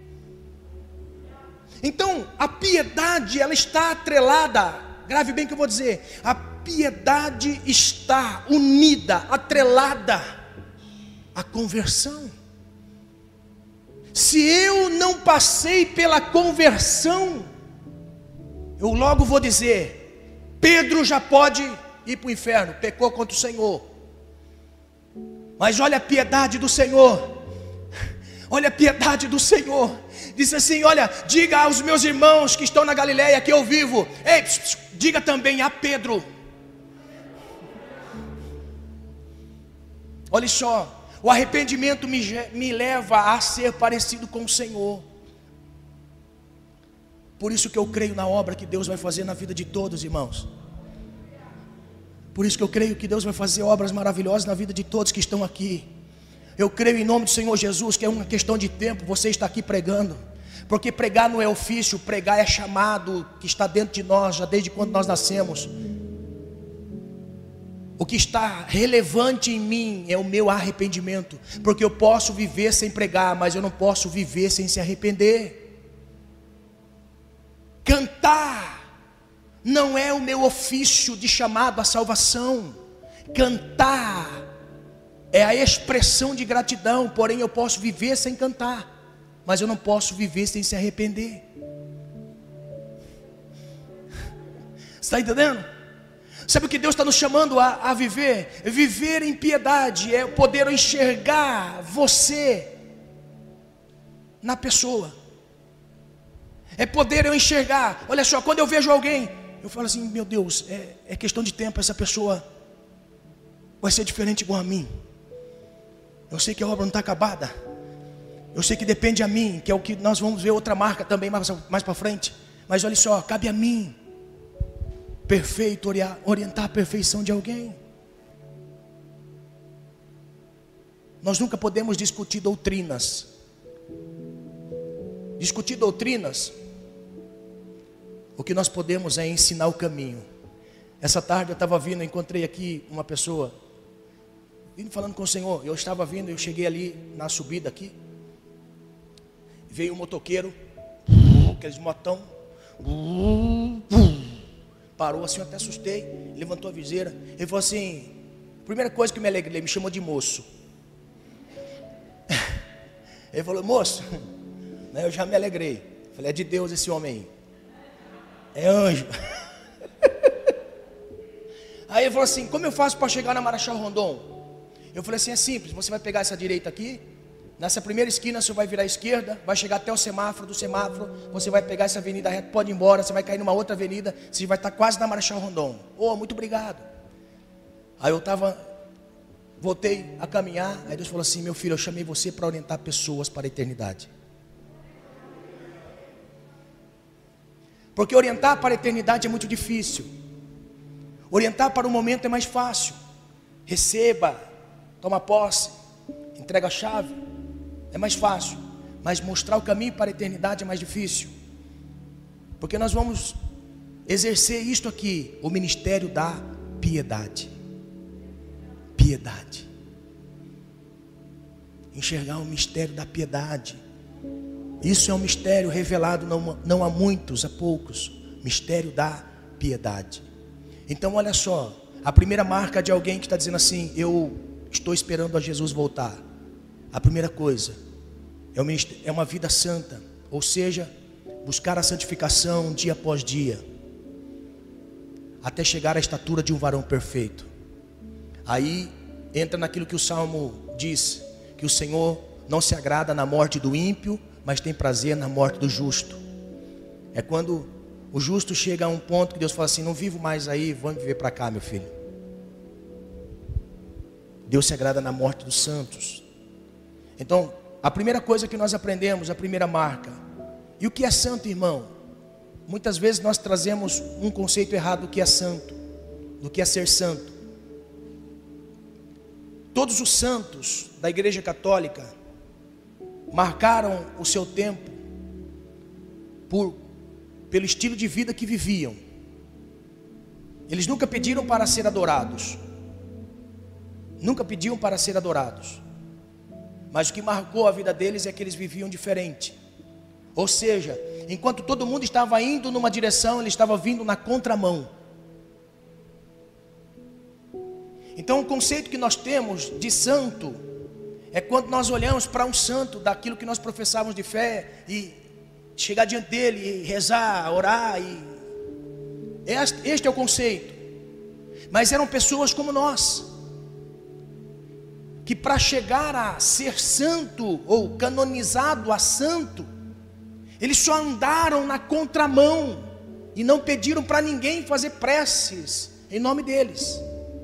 Então, a piedade, ela está atrelada, grave bem o que eu vou dizer, a piedade está unida, atrelada à conversão. Se eu não passei pela conversão, eu logo vou dizer, Pedro já pode ir para o inferno, pecou contra o Senhor. Mas olha a piedade do Senhor, olha a piedade do Senhor, diz assim, olha, diga aos meus irmãos que estão na Galileia que eu vivo, ei, diga também a Pedro. Olha só, o arrependimento me leva a ser parecido com o Senhor. Por isso que eu creio na obra que Deus vai fazer na vida de todos, irmãos. Por isso que eu creio que Deus vai fazer obras maravilhosas na vida de todos que estão aqui. Eu creio em nome do Senhor Jesus que é uma questão de tempo você está aqui pregando. Porque pregar não é ofício, pregar é chamado que está dentro de nós, já desde quando nós nascemos. O que está relevante em mim é o meu arrependimento, porque eu posso viver sem pregar, mas eu não posso viver sem se arrepender. Cantar não é o meu ofício de chamado à salvação. Cantar é a expressão de gratidão, porém eu posso viver sem cantar, mas eu não posso viver sem se arrepender. Está entendendo? Sabe o que Deus está nos chamando a viver? Viver em piedade é poder enxergar você na pessoa. É poder eu enxergar. Olha só, quando eu vejo alguém, eu falo assim, meu Deus, é questão de tempo, essa pessoa vai ser diferente igual a mim. Eu sei que a obra não está acabada. Eu sei que depende a mim, que é o que nós vamos ver outra marca também mais para frente. Mas olha só, cabe a mim orientar a perfeição de alguém. Nós nunca podemos discutir doutrinas. Discutir doutrinas, o que nós podemos é ensinar o caminho. Essa tarde eu estava vindo, encontrei aqui uma pessoa, vindo falando com o Senhor. Eu estava vindo, eu cheguei ali na subida aqui, veio um motoqueiro, aqueles motão, parou assim, eu até assustei, levantou a viseira. Ele falou assim, primeira coisa que me alegrei, me chamou de moço. Ele falou, moço, eu já me alegrei. Falei, é de Deus esse homem aí, é anjo. Aí ele falou assim, como eu faço para chegar na Marechal Rondon? Eu falei assim, é simples, você vai pegar essa direita aqui, nessa primeira esquina você vai virar à esquerda, vai chegar até o semáforo, do semáforo você vai pegar essa avenida reta, pode ir embora, você vai cair numa outra avenida, você vai estar quase na Marechal Rondon. Oh, muito obrigado. Aí eu voltei a caminhar, aí Deus falou assim, meu filho, eu chamei você para orientar pessoas para a eternidade. Porque orientar para a eternidade é muito difícil. Orientar para o momento é mais fácil. Receba, toma posse, entrega a chave, é mais fácil. Mas mostrar o caminho para a eternidade é mais difícil. Porque nós vamos exercer isto aqui, o ministério da piedade. Piedade. Enxergar o mistério da piedade. Isso é um mistério revelado não a muitos, a poucos. Mistério da piedade. Então olha só, a primeira marca de alguém que está dizendo assim, eu estou esperando a Jesus voltar. A primeira coisa é uma vida santa, ou seja, buscar a santificação dia após dia, até chegar à estatura de um varão perfeito. Aí entra naquilo que o Salmo diz, que o Senhor não se agrada na morte do ímpio, mas tem prazer na morte do justo. É quando o justo chega a um ponto que Deus fala assim, não vivo mais aí, vamos viver para cá, meu filho. Deus se agrada na morte dos santos. Então, a primeira coisa que nós aprendemos, a primeira marca. E o que é santo, irmão? Muitas vezes nós trazemos um conceito errado do que é santo, do que é ser santo. Todos os santos da Igreja Católica marcaram o seu tempo pelo estilo de vida que viviam. Eles nunca pediram para ser adorados. Nunca pediam para ser adorados. Mas o que marcou a vida deles é que eles viviam diferente. Ou seja, enquanto todo mundo estava indo numa direção, ele estava vindo na contramão. Então o conceito que nós temos de santo é quando nós olhamos para um santo daquilo que nós professávamos de fé e chegar diante dele e rezar, orar este é o conceito. Mas eram pessoas como nós, que para chegar a ser santo ou canonizado a santo, eles só andaram na contramão e não pediram para ninguém fazer preces em nome deles.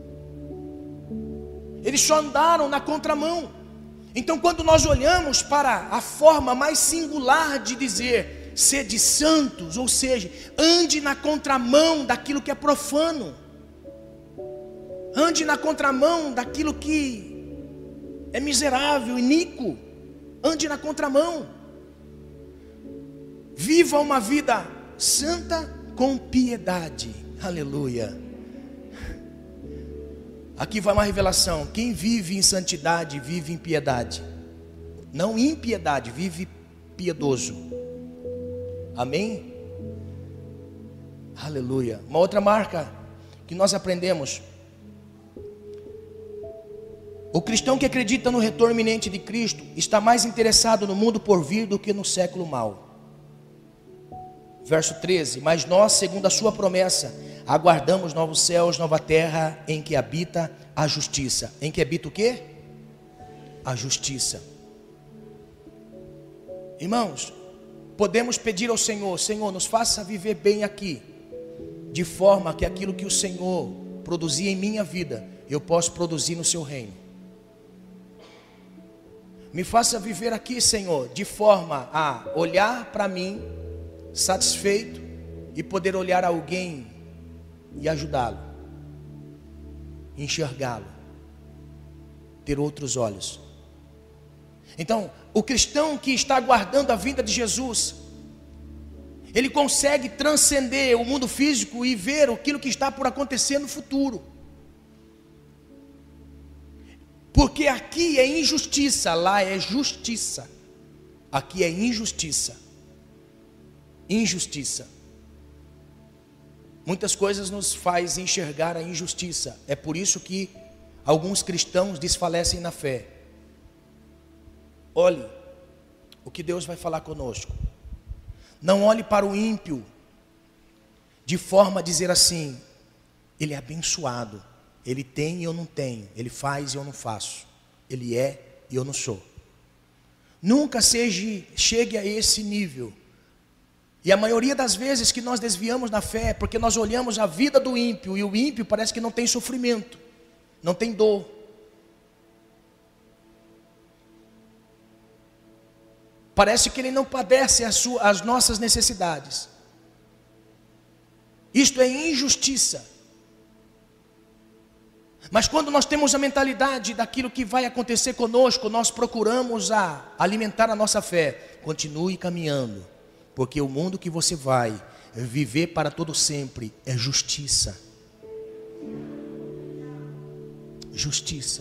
Eles só andaram na contramão. Então quando nós olhamos para a forma mais singular de dizer sede santos, ou seja, ande na contramão daquilo que é profano, ande na contramão daquilo que é miserável, iníquo, ande na contramão, viva uma vida santa com piedade, aleluia. Aqui vai uma revelação, quem vive em santidade, vive em piedade, não impiedade, vive piedoso, amém? Aleluia. Uma outra marca que nós aprendemos, o cristão que acredita no retorno iminente de Cristo, está mais interessado no mundo por vir do que no século mau. Verso 13, mas nós, segundo a sua promessa, aguardamos novos céus, nova terra, em que habita a justiça. Em que habita o quê? A justiça. Irmãos, podemos pedir ao Senhor: Senhor, nos faça viver bem aqui, de forma que aquilo que o Senhor produzia em minha vida, eu posso produzir no seu reino. Me faça viver aqui, Senhor, de forma a olhar para mim, satisfeito, e poder olhar alguém e ajudá-lo, enxergá-lo, ter outros olhos. Então, o cristão que está aguardando a vinda de Jesus, ele consegue transcender o mundo físico e ver aquilo que está por acontecer no futuro. Porque aqui é injustiça, lá é justiça. Aqui é injustiça. Injustiça. Muitas coisas nos faz enxergar a injustiça. É por isso que alguns cristãos desfalecem na fé. Olhe o que Deus vai falar conosco. Não olhe para o ímpio de forma a dizer assim: ele é abençoado, ele tem e eu não tenho, ele faz e eu não faço, ele é e eu não sou. Nunca chegue a esse nível. E a maioria das vezes que nós desviamos na fé é porque nós olhamos a vida do ímpio, e o ímpio parece que não tem sofrimento, não tem dor. Parece que ele não padece as nossas necessidades. Isto é injustiça. Mas quando nós temos a mentalidade daquilo que vai acontecer conosco, nós procuramos alimentar a nossa fé. Continue caminhando, porque o mundo que você vai viver para todo sempre é justiça. Justiça.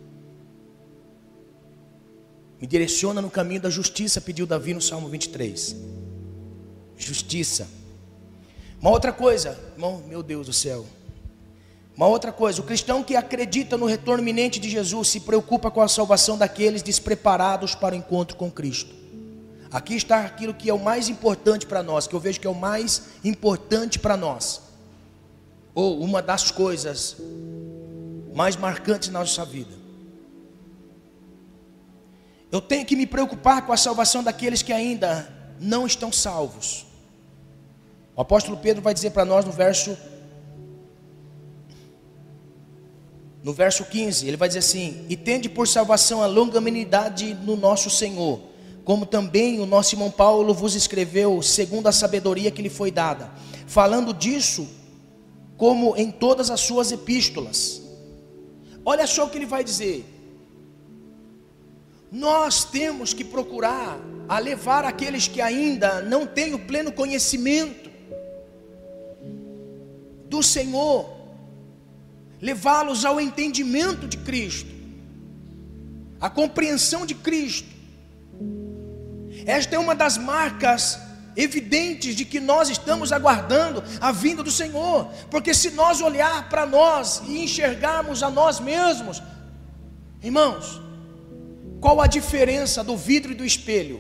Me direciona no caminho da justiça, pediu Davi no Salmo 23. Justiça. Uma outra coisa, irmão, meu Deus do céu. Uma outra coisa, o cristão que acredita no retorno iminente de Jesus se preocupa com a salvação daqueles despreparados para o encontro com Cristo. Aqui está aquilo que é o mais importante para nós, que eu vejo que é o mais importante para nós, ou uma das coisas mais marcantes na nossa vida. Eu tenho que me preocupar com a salvação daqueles que ainda não estão salvos. O apóstolo Pedro vai dizer para nós no verso 15, ele vai dizer assim: e tende por salvação a longanimidade no nosso Senhor, como também o nosso irmão Paulo vos escreveu, segundo a sabedoria que lhe foi dada, falando disso como em todas as suas epístolas. Olha só o que ele vai dizer: nós temos que procurar a levar aqueles que ainda não têm o pleno conhecimento do Senhor, levá-los ao entendimento de Cristo, a compreensão de Cristo. Esta é uma das marcas evidentes de que nós estamos aguardando a vinda do Senhor, porque se nós olhar para nós e enxergarmos a nós mesmos, irmãos, qual a diferença do vidro e do espelho?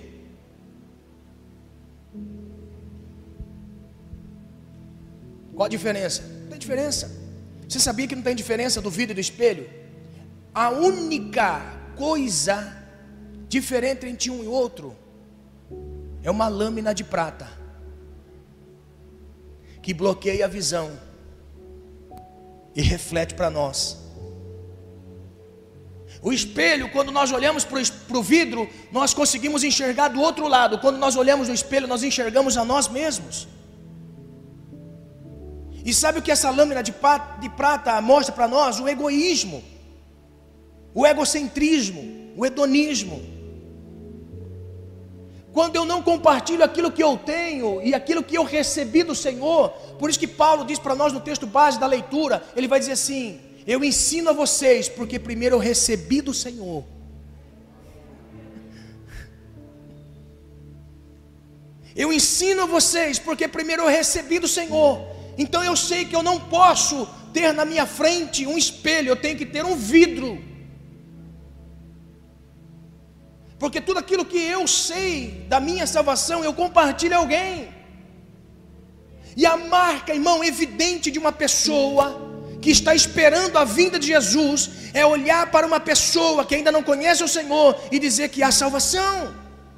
Qual a diferença? Não tem diferença. Você sabia que não tem diferença do vidro e do espelho? A única coisa diferente entre um e outro é uma lâmina de prata que bloqueia a visão e reflete para nós. O espelho, quando nós olhamos para o vidro, nós conseguimos enxergar do outro lado. Quando nós olhamos no espelho, nós enxergamos a nós mesmos. E sabe o que essa lâmina de prata mostra para nós? O egoísmo, o egocentrismo, o hedonismo. Quando eu não compartilho aquilo que eu tenho e aquilo que eu recebi do Senhor, por isso que Paulo diz para nós no texto base da leitura, ele vai dizer assim: eu ensino a vocês, porque primeiro eu recebi do Senhor. Eu ensino a vocês, porque primeiro eu recebi do Senhor. Então eu sei que eu não posso ter na minha frente um espelho, eu tenho que ter um vidro. Porque tudo aquilo que eu sei da minha salvação, eu compartilho a alguém. E a marca, irmão, evidente de uma pessoa que está esperando a vinda de Jesus é olhar para uma pessoa que ainda não conhece o Senhor e dizer que há salvação.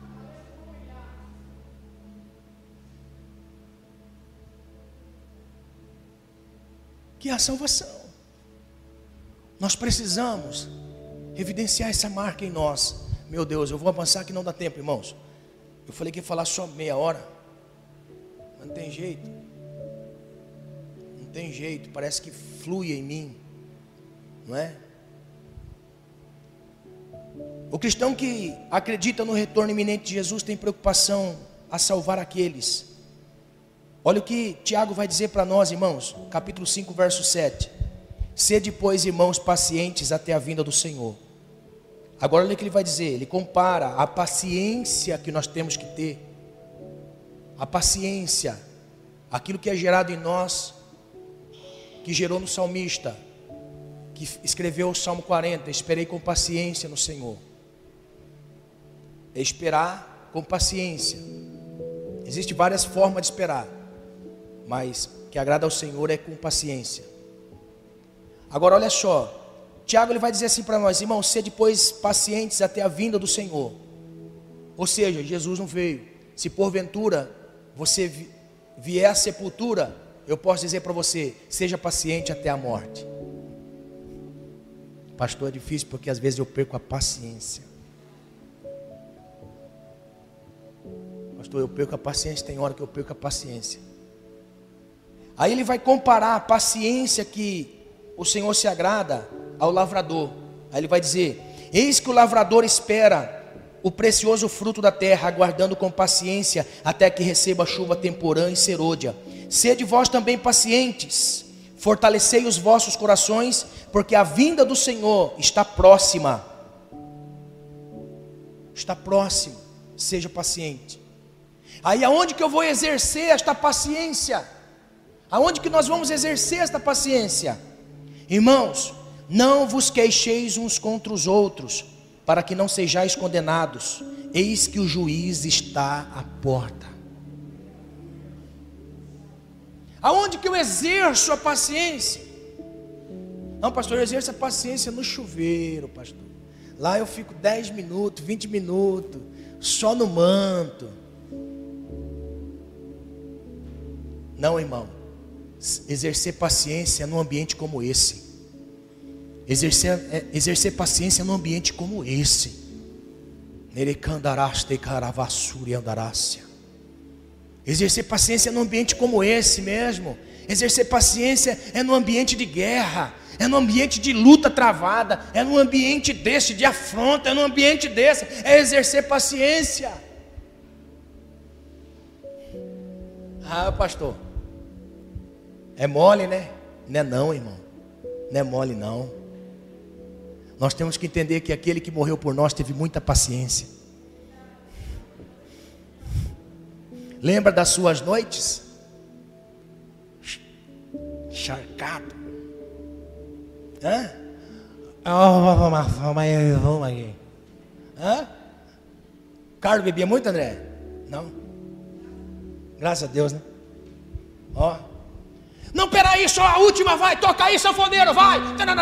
Que há salvação. Nós precisamos evidenciar essa marca em nós. Meu Deus, eu vou avançar que não dá tempo, irmãos. Eu falei que ia falar só meia hora. Mas não tem jeito. Não tem jeito, parece que flui em mim. Não é? O cristão que acredita no retorno iminente de Jesus tem preocupação a salvar aqueles. Olha o que Tiago vai dizer para nós, irmãos, capítulo 5, verso 7. Sede, pois, irmãos, pacientes até a vinda do Senhor. Agora olha o que ele vai dizer, ele compara a paciência que nós temos que ter, a paciência, aquilo que é gerado em nós, que gerou no salmista, que escreveu o Salmo 40, esperei com paciência no Senhor. É esperar com paciência. Existem várias formas de esperar, mas o que agrada ao Senhor é com paciência. Agora olha só, Tiago ele vai dizer assim para nós, irmãos, sede pois pacientes até a vinda do Senhor. Ou seja, Jesus não veio. Se porventura você vier à sepultura, eu posso dizer para você, seja paciente até a morte. Pastor, é difícil porque às vezes eu perco a paciência. Pastor, eu perco a paciência, tem hora que eu perco a paciência. Aí ele vai comparar a paciência que o Senhor se agrada ao lavrador. Aí ele vai dizer, eis que o lavrador espera o precioso fruto da terra, aguardando com paciência até que receba a chuva temporã e serôdia. Sede vós também pacientes, fortalecei os vossos corações, porque a vinda do Senhor está próxima. Está próxima, seja paciente. Aí aonde que eu vou exercer esta paciência? Aonde que nós vamos exercer esta paciência? Irmãos, não vos queixeis uns contra os outros, para que não sejais condenados. Eis que o juiz está à porta. Aonde que eu exerço a paciência? Não, pastor, eu exerço a paciência no chuveiro, pastor. Lá eu fico 10 minutos, 20 minutos, só no manto. Não, irmão. Exercer paciência num ambiente como esse. Exercer paciência num ambiente como esse. Exercer paciência num ambiente como esse mesmo. Exercer paciência é num ambiente de guerra, é num ambiente de luta travada, é num ambiente desse, de afronta, é num ambiente desse, é exercer paciência. Ah, pastor, é mole, né? Não é não, irmão. Não é mole não. Nós temos que entender que aquele que morreu por nós teve muita paciência. Lembra das suas noites? Encharcado. Hã? Vamos aqui. Hã? Carlos bebia muito, André? Não? Graças a Deus, né? Ó. Não, peraí, só a última, vai, toca aí, sanfoneiro, vai.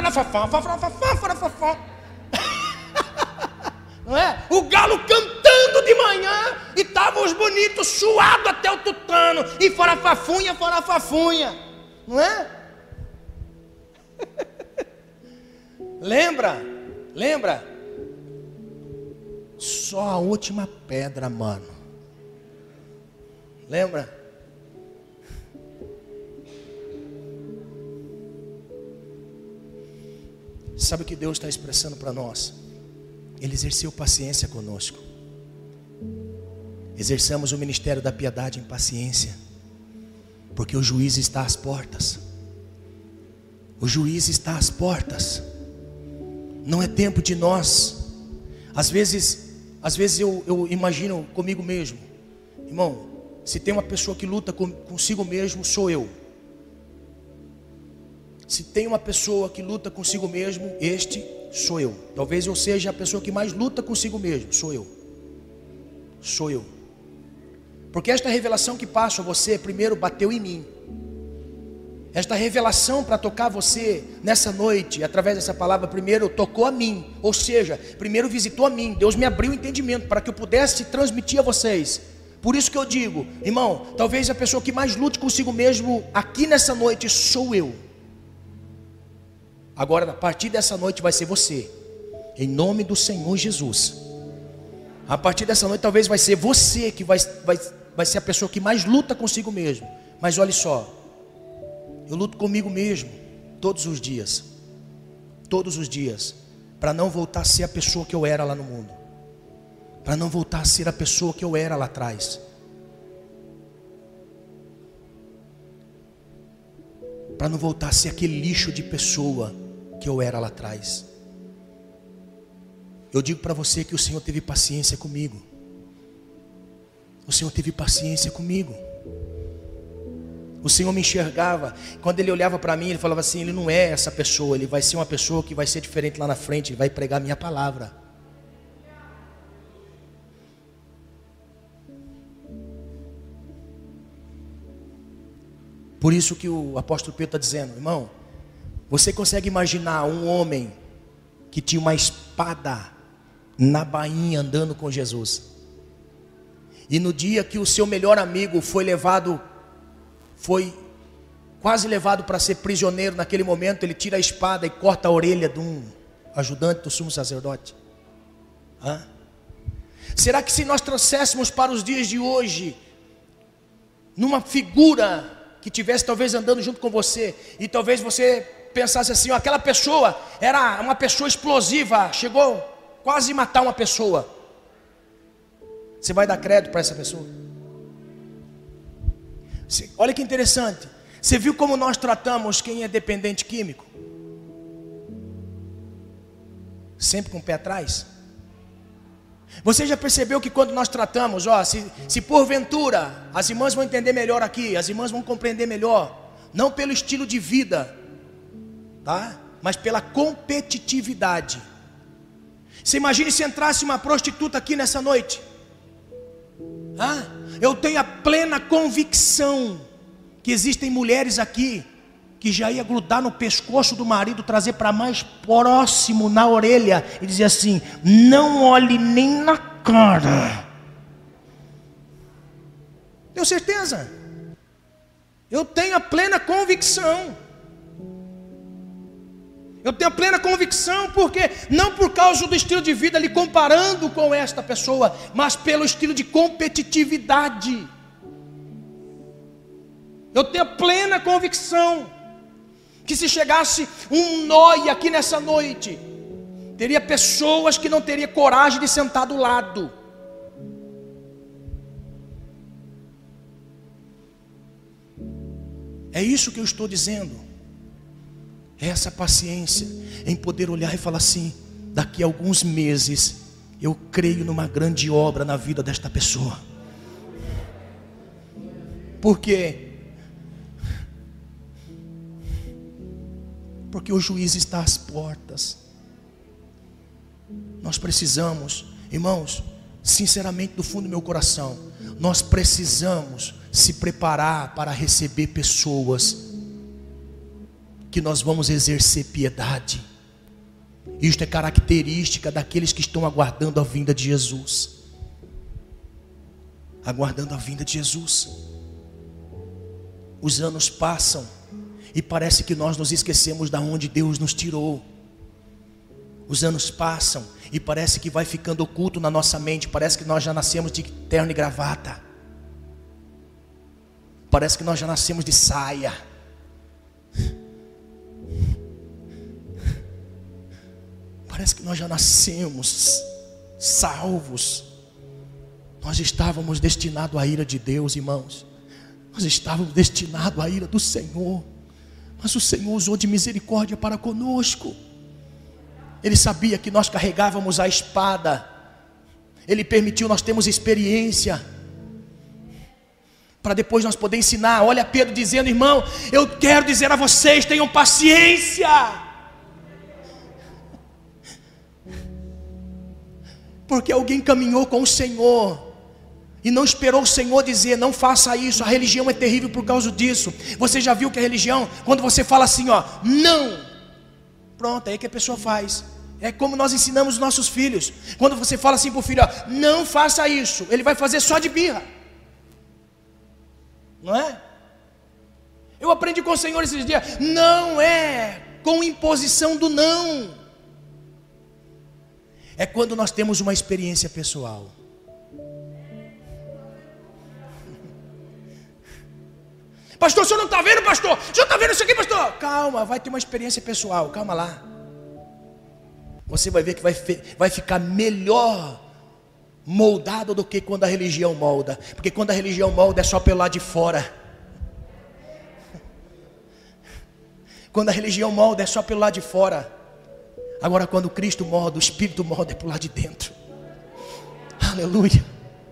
Não é? O galo cantando de manhã e estavam os bonitos suados até o tutano. E fora fafunha. Não é? Lembra? Só a última pedra, mano. Lembra? Sabe o que Deus está expressando para nós? Ele exerceu paciência conosco. Exerçamos o ministério da piedade em paciência, porque o juiz está às portas. O juiz está às portas. Não é tempo de nós. Às vezes eu imagino comigo mesmo, irmão, se tem uma pessoa que luta consigo mesmo, sou eu. Se tem uma pessoa que luta consigo mesmo, este sou eu. Talvez eu seja a pessoa que mais luta consigo mesmo, sou eu. Porque esta revelação que passo a você, primeiro bateu em mim. Esta revelação para tocar você nessa noite, através dessa palavra, primeiro tocou a mim. Ou seja, primeiro visitou a mim. Deus me abriu o entendimento para que eu pudesse transmitir a vocês. Por isso que eu digo, irmão, talvez a pessoa que mais lute consigo mesmo aqui nessa noite sou eu. Agora, a partir dessa noite vai ser você. Em nome do Senhor Jesus. A partir dessa noite talvez vai ser você que vai ser a pessoa que mais luta consigo mesmo. Mas olha só, eu luto comigo mesmo todos os dias, para não voltar a ser a pessoa que eu era lá no mundo, para não voltar a ser a pessoa que eu era lá atrás, para não voltar a ser aquele lixo de pessoa que eu era lá atrás. Eu digo para você que o Senhor teve paciência comigo. O Senhor teve paciência comigo. O Senhor me enxergava. Quando Ele olhava para mim, Ele falava assim: Ele não é essa pessoa, Ele vai ser uma pessoa que vai ser diferente lá na frente. Ele vai pregar a minha palavra. Por isso que o apóstolo Pedro está dizendo: irmão, você consegue imaginar um homem que tinha uma espada na bainha andando com Jesus, e no dia que o seu melhor amigo foi quase levado para ser prisioneiro, naquele momento ele tira a espada e corta a orelha de um ajudante do sumo sacerdote? Será que se nós trouxéssemos para os dias de hoje, numa figura que tivesse talvez andando junto com você, e talvez você pensasse assim: ó, aquela pessoa era uma pessoa explosiva, chegou quase a matar uma pessoa, você vai dar crédito para essa pessoa? Olha que interessante. Você viu como nós tratamos quem é dependente químico? Sempre com o pé atrás. Você já percebeu que quando nós tratamos, ó, se porventura, as irmãs vão entender melhor aqui, as irmãs vão compreender melhor, não pelo estilo de vida, tá? Mas pela competitividade. Você imagine se entrasse uma prostituta aqui nessa noite. Eu tenho a plena convicção que existem mulheres aqui que já ia grudar no pescoço do marido, trazer para mais próximo na orelha e dizer assim: não olhe nem na cara. Tenho certeza. Eu tenho a plena convicção. Eu tenho a plena convicção, porque não por causa do estilo de vida lhe comparando com esta pessoa, mas pelo estilo de competitividade. Eu tenho a plena convicção que se chegasse um nóia aqui nessa noite, teria pessoas que não teriam coragem de sentar do lado. É isso que eu estou dizendo. É essa paciência em poder olhar e falar assim: daqui a alguns meses eu creio numa grande obra na vida desta pessoa. Por quê? Porque o juiz está às portas. Nós precisamos, irmãos, sinceramente do fundo do meu coração, nós precisamos se preparar para receber pessoas que nós vamos exercer piedade. Isto é característica daqueles que estão aguardando a vinda de Jesus. Aguardando a vinda de Jesus. Os anos passam e parece que nós nos esquecemos de onde Deus nos tirou. Os anos passam e parece que vai ficando oculto na nossa mente. Parece que nós já nascemos de terno e gravata. Parece que nós já nascemos de saia. Parece que nós já nascemos salvos. Nós estávamos destinados à ira de Deus, irmãos. Nós estávamos destinados à ira do Senhor. Mas o Senhor usou de misericórdia para conosco. Ele sabia que nós carregávamos a espada. Ele permitiu nós termos experiência, para depois nós poder ensinar. Olha Pedro dizendo: irmão, eu quero dizer a vocês, tenham paciência. Porque alguém caminhou com o Senhor e não esperou o Senhor dizer: não faça isso, a religião é terrível por causa disso. Você já viu que a religião, quando você fala assim, ó, não, pronto, é aí que a pessoa faz. É como nós ensinamos os nossos filhos. Quando você fala assim para o filho, ó, não faça isso, ele vai fazer só de birra, não é? Eu aprendi com o Senhor esses dias, não é com imposição do não, é quando nós temos uma experiência pessoal. Pastor, o senhor não está vendo, pastor? O senhor está vendo isso aqui, pastor? Calma, vai ter uma experiência pessoal, calma lá. Você vai ver que vai ficar melhor moldado do que quando a religião molda. Porque quando a religião molda é só pelo lado de fora. Quando a religião molda é só pelo lado de fora. Agora quando Cristo molda, o Espírito molda é pelo lado de dentro. Aleluia.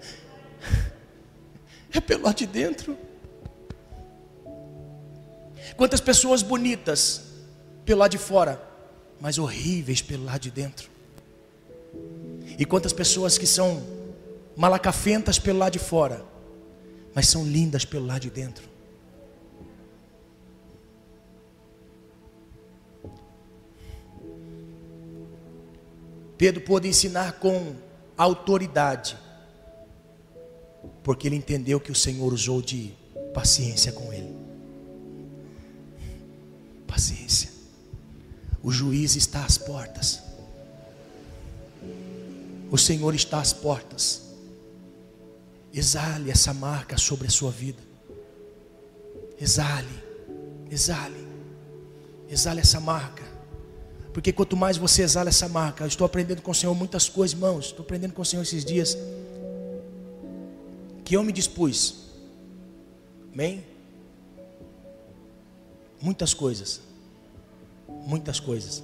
É pelo lado de dentro. Quantas pessoas bonitas pelo lado de fora, mas horríveis pelo lado de dentro. E quantas pessoas que são malacafentas pelo lado de fora, mas são lindas pelo lado de dentro. Pedro pôde ensinar com autoridade, porque ele entendeu que o Senhor usou de paciência com ele. Paciência. O juiz está às portas. O Senhor está às portas. Exale essa marca sobre a sua vida. Exale, exale, exale essa marca. Porque quanto mais você exala essa marca, eu estou aprendendo com o Senhor muitas coisas, irmãos. Estou aprendendo com o Senhor esses dias, que eu me dispus. Amém? Muitas coisas. Muitas coisas.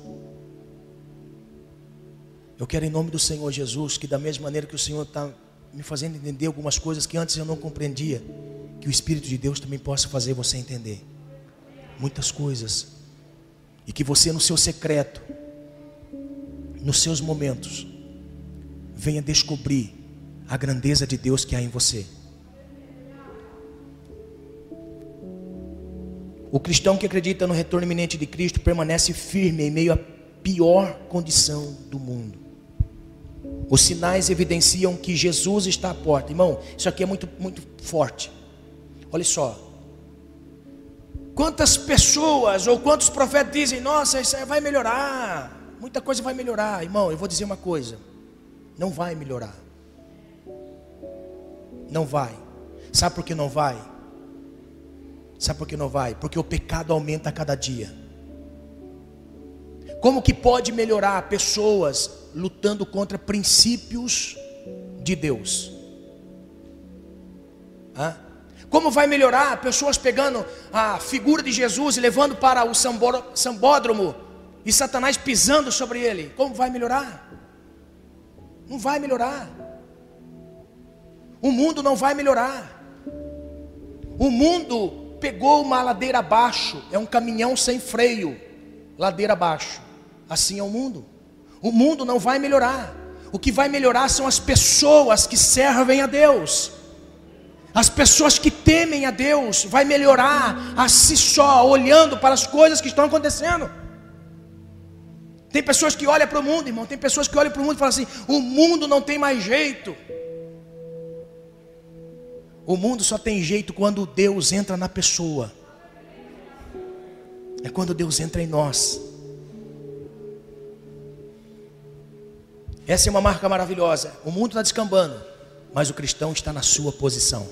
Eu quero, em nome do Senhor Jesus, que da mesma maneira que o Senhor está me fazendo entender algumas coisas que antes eu não compreendia, que o Espírito de Deus também possa fazer você entender muitas coisas. E que você no seu secreto, nos seus momentos, venha descobrir a grandeza de Deus que há em você. O cristão que acredita no retorno iminente de Cristo permanece firme em meio à pior condição do mundo. Os sinais evidenciam que Jesus está à porta. Irmão, isso aqui é muito, muito forte. Olha só. Quantas pessoas ou quantos profetas dizem: nossa, isso vai melhorar, muita coisa vai melhorar. Irmão, eu vou dizer uma coisa: não vai melhorar. Não vai. Sabe por que não vai? Sabe por que não vai? Porque o pecado aumenta a cada dia. Como que pode melhorar pessoas lutando contra princípios de Deus? Como vai melhorar pessoas pegando a figura de Jesus e levando para o sambódromo e Satanás pisando sobre ele? Como vai melhorar? Não vai melhorar. O mundo não vai melhorar. O mundo pegou uma ladeira abaixo, é um caminhão sem freio, ladeira abaixo. Assim é o mundo. O mundo não vai melhorar. O que vai melhorar são as pessoas que servem a Deus. As pessoas que temem a Deus. Vai melhorar a si só, olhando para as coisas que estão acontecendo. Tem pessoas que olham para o mundo, irmão. Tem pessoas que olham para o mundo e falam assim: o mundo não tem mais jeito. O mundo só tem jeito quando Deus entra na pessoa. É quando Deus entra em nós. Essa é uma marca maravilhosa. O mundo está descambando, mas o cristão está na sua posição.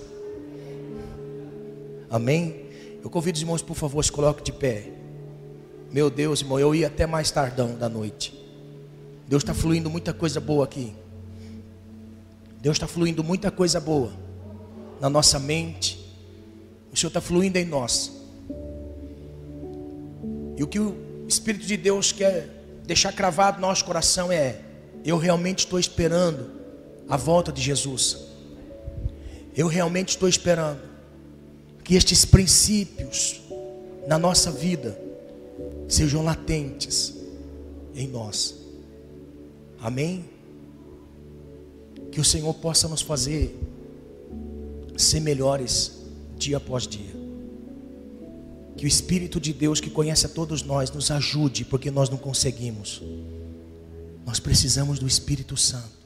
Amém? Eu convido os irmãos, por favor, se coloquem de pé. Meu Deus, irmão, eu ia até mais tardão da noite. Deus está fluindo muita coisa boa aqui. Deus está fluindo muita coisa boa na nossa mente. O Senhor está fluindo em nós. E o que o Espírito de Deus quer deixar cravado no nosso coração é: eu realmente estou esperando a volta de Jesus. Eu realmente estou esperando que estes princípios na nossa vida sejam latentes em nós. Amém? Que o Senhor possa nos fazer ser melhores dia após dia. Que o Espírito de Deus, que conhece a todos nós, nos ajude, porque nós não conseguimos. Nós precisamos do Espírito Santo.